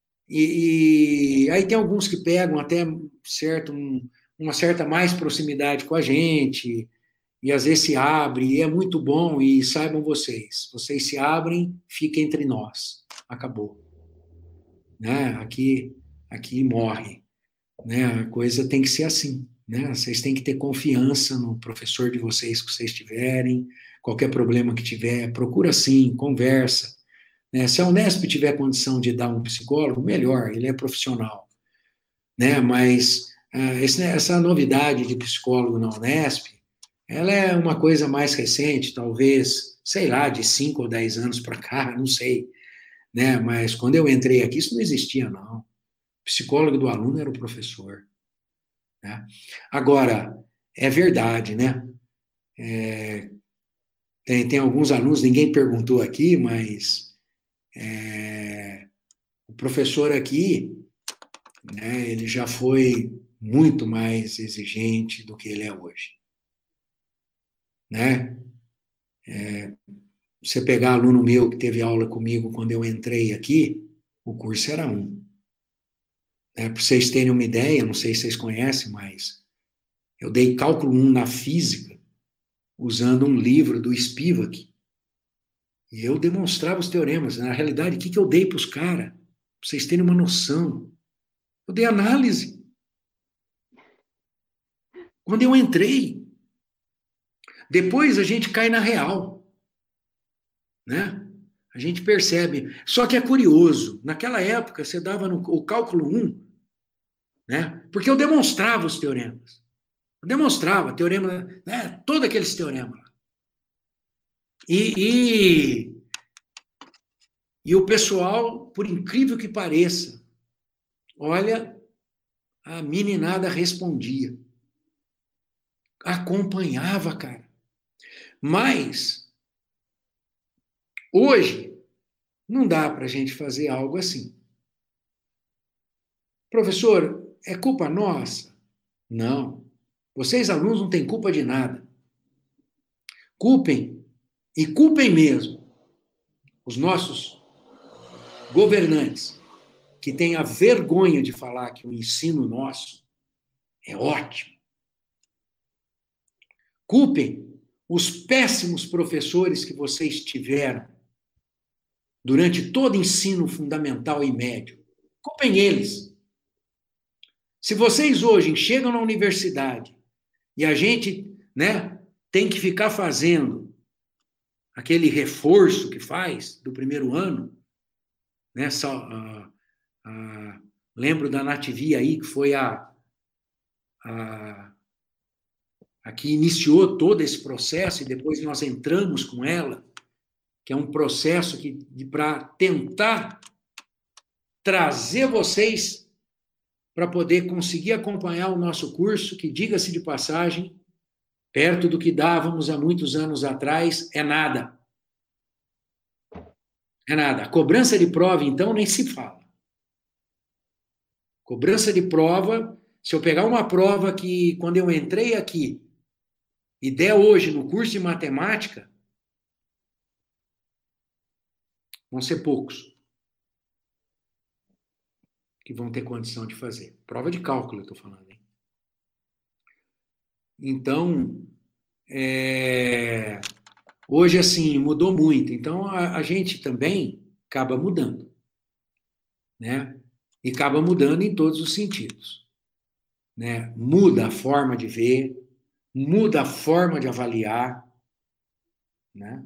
E, e, aí tem alguns que pegam até certo, um, uma certa mais proximidade com a gente, e às vezes se abre, e é muito bom, e saibam vocês, vocês se abrem, fica entre nós, acabou. Né? Aqui, aqui morre. Né? A coisa tem que ser assim. Né? Vocês têm que ter confiança no professor de vocês que vocês tiverem, qualquer problema que tiver, procura sim, conversa. Né? Se a Unesp tiver condição de dar um psicólogo, melhor, ele é profissional. Né? Mas uh, esse, essa novidade de psicólogo na Unesp, ela é uma coisa mais recente, talvez, sei lá, de cinco ou dez anos para cá, não sei. Né? Mas quando eu entrei aqui, isso não existia, não. O psicólogo do aluno era o professor. Né? Agora, é verdade, né? É, tem, tem alguns alunos, ninguém perguntou aqui, mas é, o professor aqui, né, ele já foi muito mais exigente do que ele é hoje. Né? É, você pegar aluno meu que teve aula comigo quando eu entrei aqui, o curso era um. É, para vocês terem uma ideia, não sei se vocês conhecem, mas eu dei cálculo um na física usando um livro do Spivak. E eu demonstrava os teoremas. Na realidade, o que, que eu dei para os caras? Para vocês terem uma noção. Eu dei análise. Quando eu entrei. Depois a gente cai na real. Né? A gente percebe. Só que é curioso. Naquela época, você dava no, o cálculo um, né? Porque eu demonstrava os teoremas. Eu demonstrava, teorema, né? Todos aqueles teoremas. E, e, e o pessoal, por incrível que pareça, olha, a meninada respondia. Acompanhava, cara. Mas, hoje, não dá para a gente fazer algo assim. Professor, é culpa nossa? Não. Vocês, alunos, não têm culpa de nada. Culpem, e culpem mesmo, os nossos governantes, que têm a vergonha de falar que o ensino nosso é ótimo. Culpem os péssimos professores que vocês tiveram durante todo o ensino fundamental e médio. Culpem eles. Se vocês hoje chegam na universidade e a gente, né, tem que ficar fazendo aquele reforço que faz do primeiro ano, né, só, uh, uh, lembro da Nativia aí, que foi a, a, a que iniciou todo esse processo, e depois nós entramos com ela, que é um processo que para tentar trazer vocês para poder conseguir acompanhar o nosso curso, que, diga-se de passagem, perto do que dávamos há muitos anos atrás, é nada. É nada. A cobrança de prova, então, nem se fala. Cobrança de prova, se eu pegar uma prova que, quando eu entrei aqui, e der hoje no curso de matemática, vão ser poucos que vão ter condição de fazer. Prova de cálculo, eu estou falando, hein? Então, é... hoje, assim, mudou muito. Então, a, a gente também acaba mudando, né? E acaba mudando em todos os sentidos, né? Muda a forma de ver, muda a forma de avaliar, né?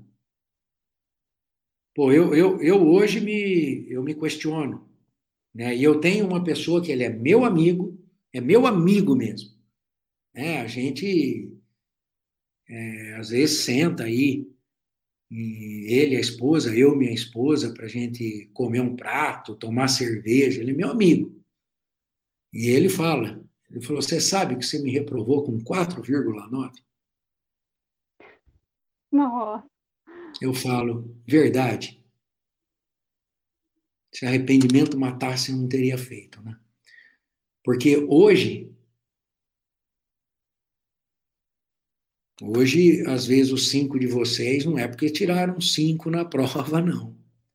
Pô, eu, eu, eu hoje me, eu me questiono, né? E eu tenho uma pessoa que ele é meu amigo, é meu amigo mesmo, né? A gente, é, às vezes, senta aí, e ele, a esposa, eu, minha esposa, para a gente comer um prato, tomar cerveja. Ele é meu amigo. E ele fala, ele falou, você sabe que você me reprovou com quatro vírgula nove? Não. Eu falo, verdade. Se arrependimento matasse, eu não teria feito, né? Porque hoje, hoje, às vezes, os cinco de vocês não é porque tiraram cinco na prova, não.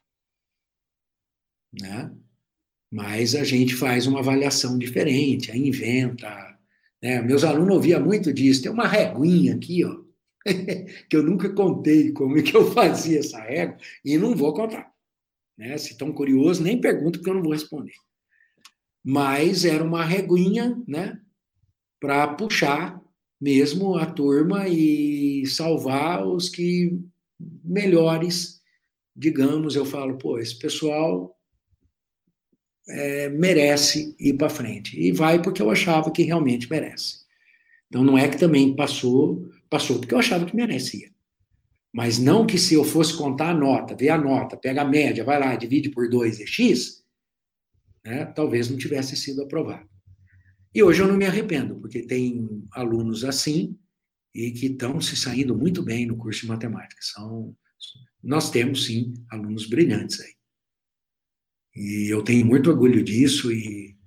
Né? Mas a gente faz uma avaliação diferente, a inventa. Né? Meus alunos ouviam muito disso. Tem uma reguinha aqui, ó, que eu nunca contei como é que eu fazia essa régua, e não vou contar. Né? Se estão curiosos, nem pergunto, porque eu não vou responder. Mas era uma reguinha, né, para puxar mesmo a turma e salvar os que melhores, digamos, eu falo, pô, esse pessoal é, merece ir para frente. E vai porque eu achava que realmente merece. Então não é que também passou, passou porque eu achava que merecia. Mas não que se eu fosse contar a nota, ver a nota, pega a média, vai lá, divide por dois e X, né, talvez não tivesse sido aprovado. E hoje eu não me arrependo, porque tem alunos assim e que estão se saindo muito bem no curso de matemática. São, nós temos, sim, alunos brilhantes aí. E eu tenho muito orgulho disso e,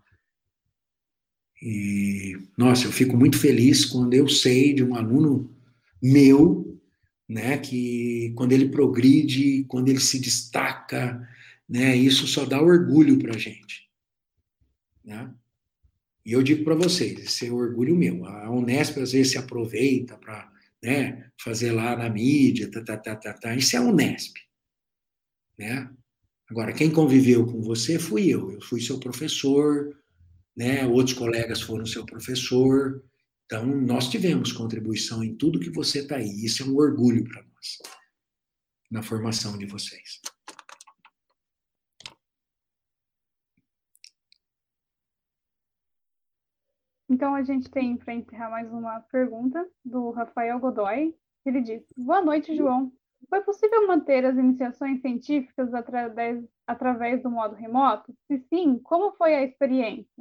e, nossa, eu fico muito feliz quando eu sei de um aluno meu, né, que quando ele progride, quando ele se destaca, né, isso só dá orgulho para a gente, né? E eu digo para vocês, esse é orgulho meu. A Unesp às vezes se aproveita para, né, fazer lá na mídia, tá, tá, tá, tá, tá. Isso é a Unesp, né? Agora, quem conviveu com você fui eu. Eu fui seu professor, né? Outros colegas foram seu professor. Então, nós tivemos contribuição em tudo que você está aí. Isso é um orgulho para nós, na formação de vocês. Então, a gente tem, para encerrar, mais uma pergunta do Rafael Godoy. Ele diz, boa noite, João. Foi possível manter as iniciações científicas através, através do modo remoto? Se sim, como foi a experiência?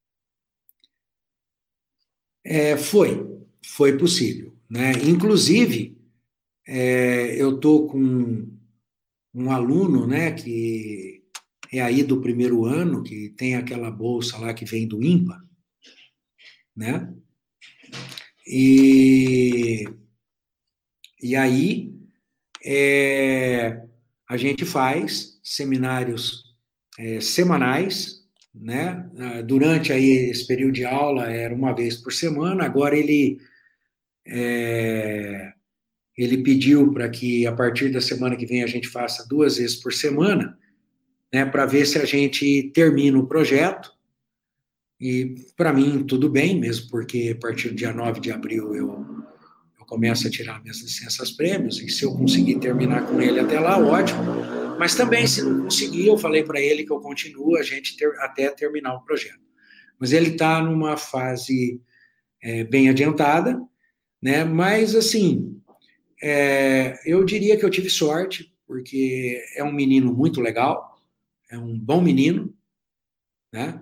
É, foi, foi possível, né? Inclusive, é, eu estou com um aluno, né, que é aí do primeiro ano, que tem aquela bolsa lá que vem do INPA, né? E, e aí é, a gente faz seminários é, semanais, né? Durante aí esse período de aula era uma vez por semana, agora ele é, ele pediu para que a partir da semana que vem a gente faça duas vezes por semana, né, para ver se a gente termina o projeto. E para mim tudo bem, mesmo porque a partir do dia nove de abril eu, eu começo a tirar minhas licenças prêmios, e se eu conseguir terminar com ele até lá, ótimo. Mas também, se não conseguir, eu falei para ele que eu continuo a gente ter, até terminar o projeto. Mas ele está numa fase é, bem adiantada, né? Mas, assim, é, eu diria que eu tive sorte, porque é um menino muito legal, é um bom menino, né?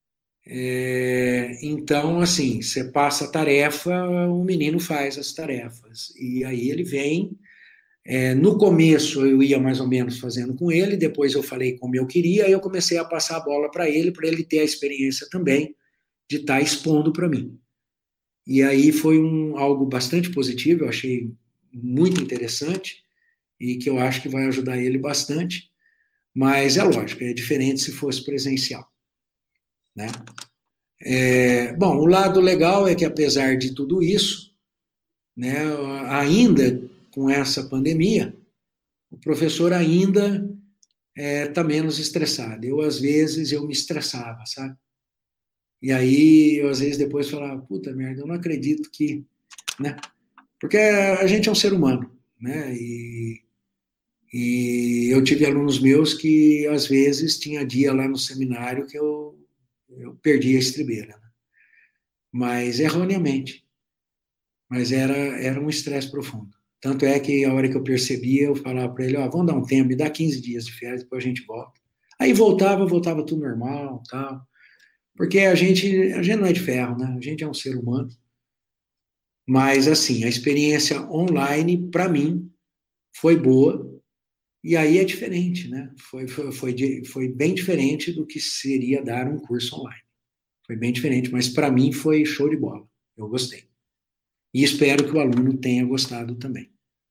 É, então, assim, você passa a tarefa, o menino faz as tarefas. E aí ele vem. É, no começo eu ia mais ou menos fazendo com ele, depois eu falei como eu queria, aí eu comecei a passar a bola para ele, para ele ter a experiência também de estar expondo para mim. E aí foi um, algo bastante positivo, eu achei muito interessante e que eu acho que vai ajudar ele bastante, mas é lógico, é diferente se fosse presencial, né? É, bom, o lado legal é que apesar de tudo isso, né, ainda com essa pandemia, o professor ainda está é, menos estressado. Eu, às vezes, eu me estressava, sabe? E aí, eu, às vezes, depois falava, puta merda, eu não acredito que... Né? Porque a gente é um ser humano, né? E, e eu tive alunos meus que, às vezes, tinha dia lá no seminário que eu, eu perdia a estribeira. Né? Mas, erroneamente. Mas era, era um estresse profundo. Tanto é que a hora que eu percebia, eu falava para ele, ó, vamos dar um tempo, me dá quinze dias de férias, depois a gente volta. Aí voltava, voltava tudo normal, tal. Porque a gente, a gente não é de ferro, né? A gente é um ser humano. Mas, assim, a experiência online, para mim, foi boa. E aí é diferente, né? Foi, foi, foi, foi bem diferente do que seria dar um curso online. Foi bem diferente, mas para mim foi show de bola. Eu gostei. E espero que o aluno tenha gostado também.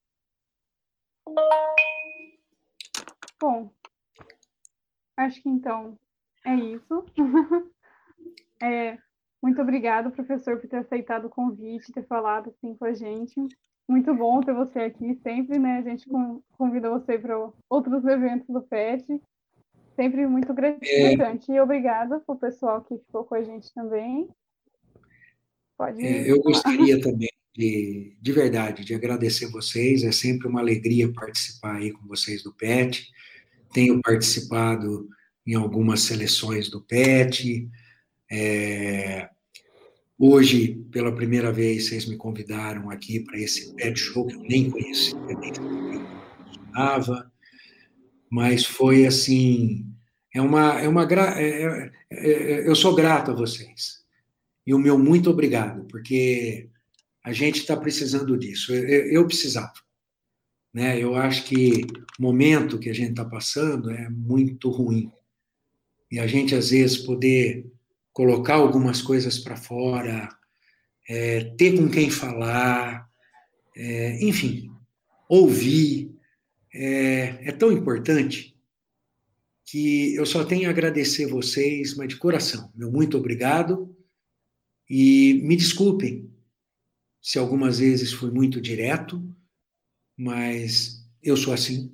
Bom, acho que então é isso. É, muito obrigada, professor, por ter aceitado o convite, ter falado assim com a gente. Muito bom ter você aqui sempre, né? A gente convida você para outros eventos do P E T. Sempre muito gratificante. É... E obrigada para o pessoal que ficou com a gente também. Pode é, Eu falar. gostaria também, de, de verdade, de agradecer vocês. É sempre uma alegria participar aí com vocês do P E T. Tenho participado em algumas seleções do P E T. É, hoje, pela primeira vez, vocês me convidaram aqui para esse P E T Show, que eu nem conhecia, nem funcionava, mas foi assim, é uma, é uma é, é, é, eu sou grato a vocês. E o meu muito obrigado, porque a gente está precisando disso. Eu, eu precisava. Né? Eu acho que o momento que a gente está passando é muito ruim. E a gente, às vezes, poder colocar algumas coisas para fora, é, ter com quem falar, é, enfim, ouvir, é, é tão importante que eu só tenho a agradecer vocês, mas de coração. Meu muito obrigado. E me desculpem se algumas vezes fui muito direto, mas eu sou assim.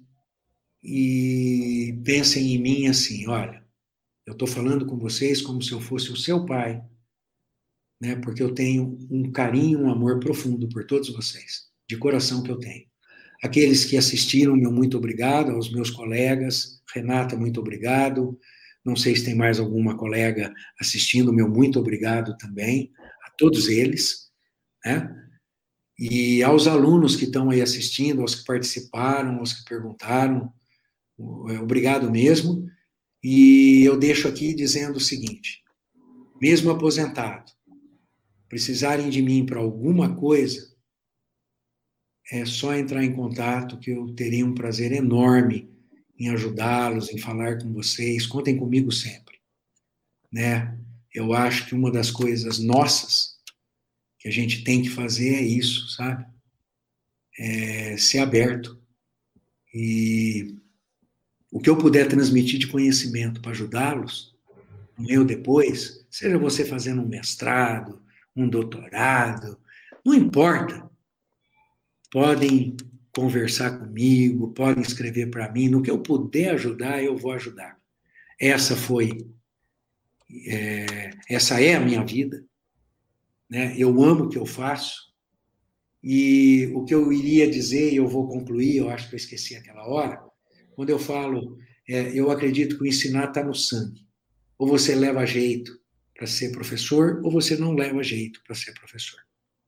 E pensem em mim assim, olha, eu estou falando com vocês como se eu fosse o seu pai, né? Porque eu tenho um carinho, um amor profundo por todos vocês, de coração que eu tenho. Aqueles que assistiram, meu muito obrigado, aos meus colegas, Renata, muito obrigado, não sei se tem mais alguma colega assistindo, meu muito obrigado também, a todos eles, né? E aos alunos que estão aí assistindo, aos que participaram, aos que perguntaram, obrigado mesmo. E eu deixo aqui dizendo o seguinte, mesmo aposentado, precisarem de mim para alguma coisa, é só entrar em contato que eu terei um prazer enorme em ajudá-los, em falar com vocês, contem comigo sempre, né? Eu acho que uma das coisas nossas que a gente tem que fazer é isso, sabe? É ser aberto. E o que eu puder transmitir de conhecimento para ajudá-los, eu depois, seja você fazendo um mestrado, um doutorado, não importa. Podem conversar comigo, podem escrever para mim, no que eu puder ajudar, eu vou ajudar. Essa foi, é, essa é a minha vida, né? Eu amo o que eu faço, e o que eu iria dizer, e eu vou concluir, eu acho que eu esqueci aquela hora, quando eu falo, é, eu acredito que o ensinar está no sangue. Ou você leva jeito para ser professor ou você não leva jeito para ser professor.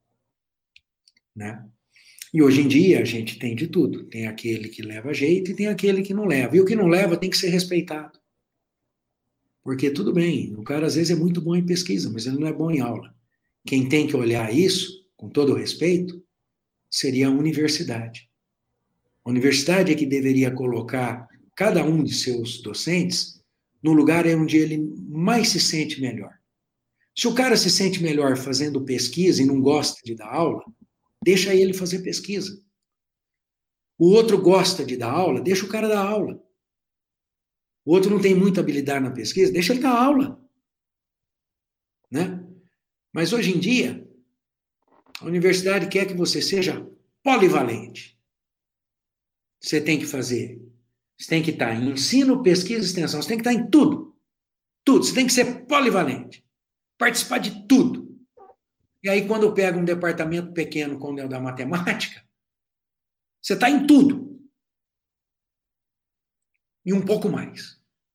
Né? E hoje em dia a gente tem de tudo. Tem aquele que leva jeito e tem aquele que não leva. E o que não leva tem que ser respeitado. Porque tudo bem, o cara às vezes é muito bom em pesquisa, mas ele não é bom em aula. Quem tem que olhar isso, com todo o respeito, seria a universidade. A universidade é que deveria colocar cada um de seus docentes no lugar onde ele mais se sente melhor. Se o cara se sente melhor fazendo pesquisa e não gosta de dar aula, deixa ele fazer pesquisa. O outro gosta de dar aula, deixa o cara dar aula. O outro não tem muita habilidade na pesquisa, deixa ele dar aula. Né? Mas hoje em dia, a universidade quer que você seja polivalente. Você tem que fazer, você tem que estar em ensino, pesquisa e extensão, você tem que estar em tudo. Tudo, você tem que ser polivalente. Participar de tudo. E aí, quando pega um departamento pequeno como é o da matemática, você está em tudo. E um pouco mais.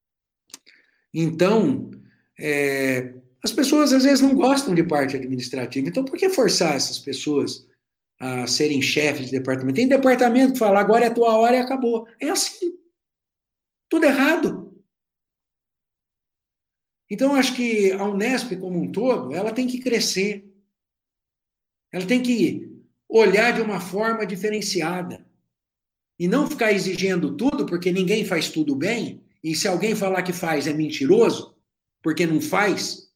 Então, é, as pessoas às vezes não gostam de parte administrativa. Então, por que forçar essas pessoas a serem chefes de departamento? Tem departamento que fala, agora é a tua hora e acabou. É assim. Tudo errado. Então, acho que a Unesp como um todo, ela tem que crescer. Ela tem que olhar de uma forma diferenciada. E não ficar exigindo tudo, porque ninguém faz tudo bem, e se alguém falar que faz é mentiroso, porque não faz.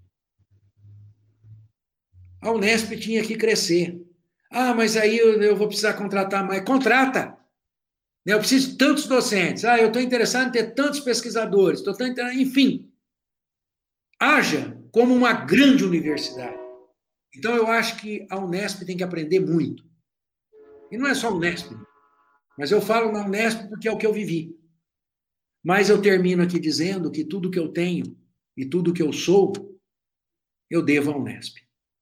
A Unesp tinha que crescer. Ah, mas aí eu, eu vou precisar contratar mais. Contrata! Eu preciso de tantos docentes. Ah, eu estou interessado em ter tantos pesquisadores. Estou tão interessado... Enfim. Haja como uma grande universidade. Então, eu acho que a Unesp tem que aprender muito. E não é só a Unesp, mas eu falo na Unesp porque é o que eu vivi. Mas eu termino aqui dizendo que tudo que eu tenho e tudo que eu sou, eu devo à Unesp.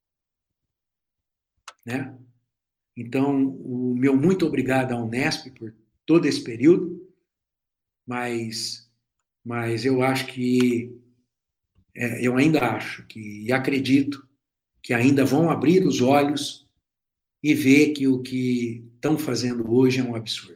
Né? Então, o meu muito obrigado à Unesp por todo esse período, mas, mas eu acho que, é, eu ainda acho que, e acredito, que ainda vão abrir os olhos e ver que o que estão fazendo hoje é um absurdo.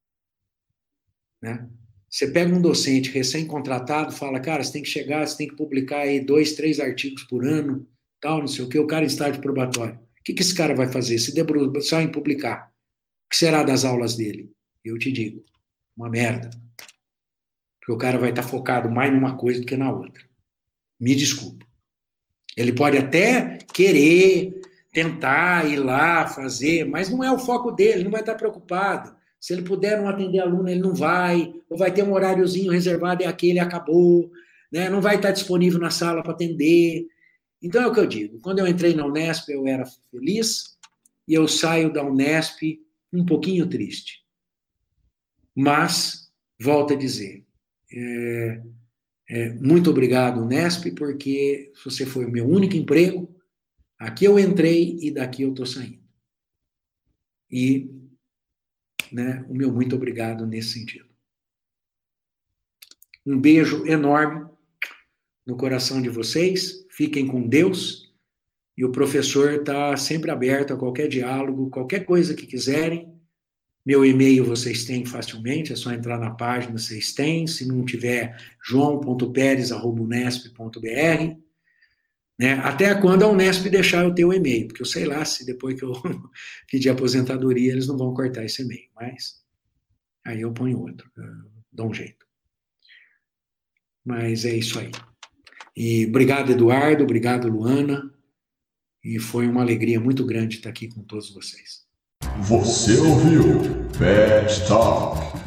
Né? Você pega um docente recém-contratado, fala, cara, você tem que chegar, você tem que publicar aí dois, três artigos por ano, tal, não sei o quê, o cara em estágio probatório. O que, que esse cara vai fazer? Se debruçar em publicar. O que será das aulas dele? Eu te digo, uma merda. Porque o cara vai estar focado mais numa coisa do que na outra. Me desculpa. Ele pode até querer, tentar ir lá, fazer, mas não é o foco dele, não vai estar preocupado. Se ele puder não atender aluno, ele não vai, ou vai ter um horáriozinho reservado e aquele acabou, né? Não vai estar disponível na sala para atender. Então é o que eu digo, quando eu entrei na Unesp eu era feliz e eu saio da Unesp um pouquinho triste. Mas, volto a dizer, é, é, muito obrigado Unesp, porque você foi o meu único emprego, aqui eu entrei e daqui eu estou saindo. E né, o meu muito obrigado nesse sentido. Um beijo enorme no coração de vocês, fiquem com Deus, e o professor está sempre aberto a qualquer diálogo, qualquer coisa que quiserem. Meu e-mail vocês têm facilmente, é só entrar na página, vocês têm, se não tiver, joão ponto peres arroba unesp ponto br, né? Até quando a Unesp deixar eu ter o e-mail, porque eu sei lá se depois que eu pedir aposentadoria eles não vão cortar esse e-mail, mas aí eu ponho outro, eu dou um jeito. Mas é isso aí. E obrigado, Eduardo, obrigado, Luana, e foi uma alegria muito grande estar aqui com todos vocês. Você ouviu Pet Talk.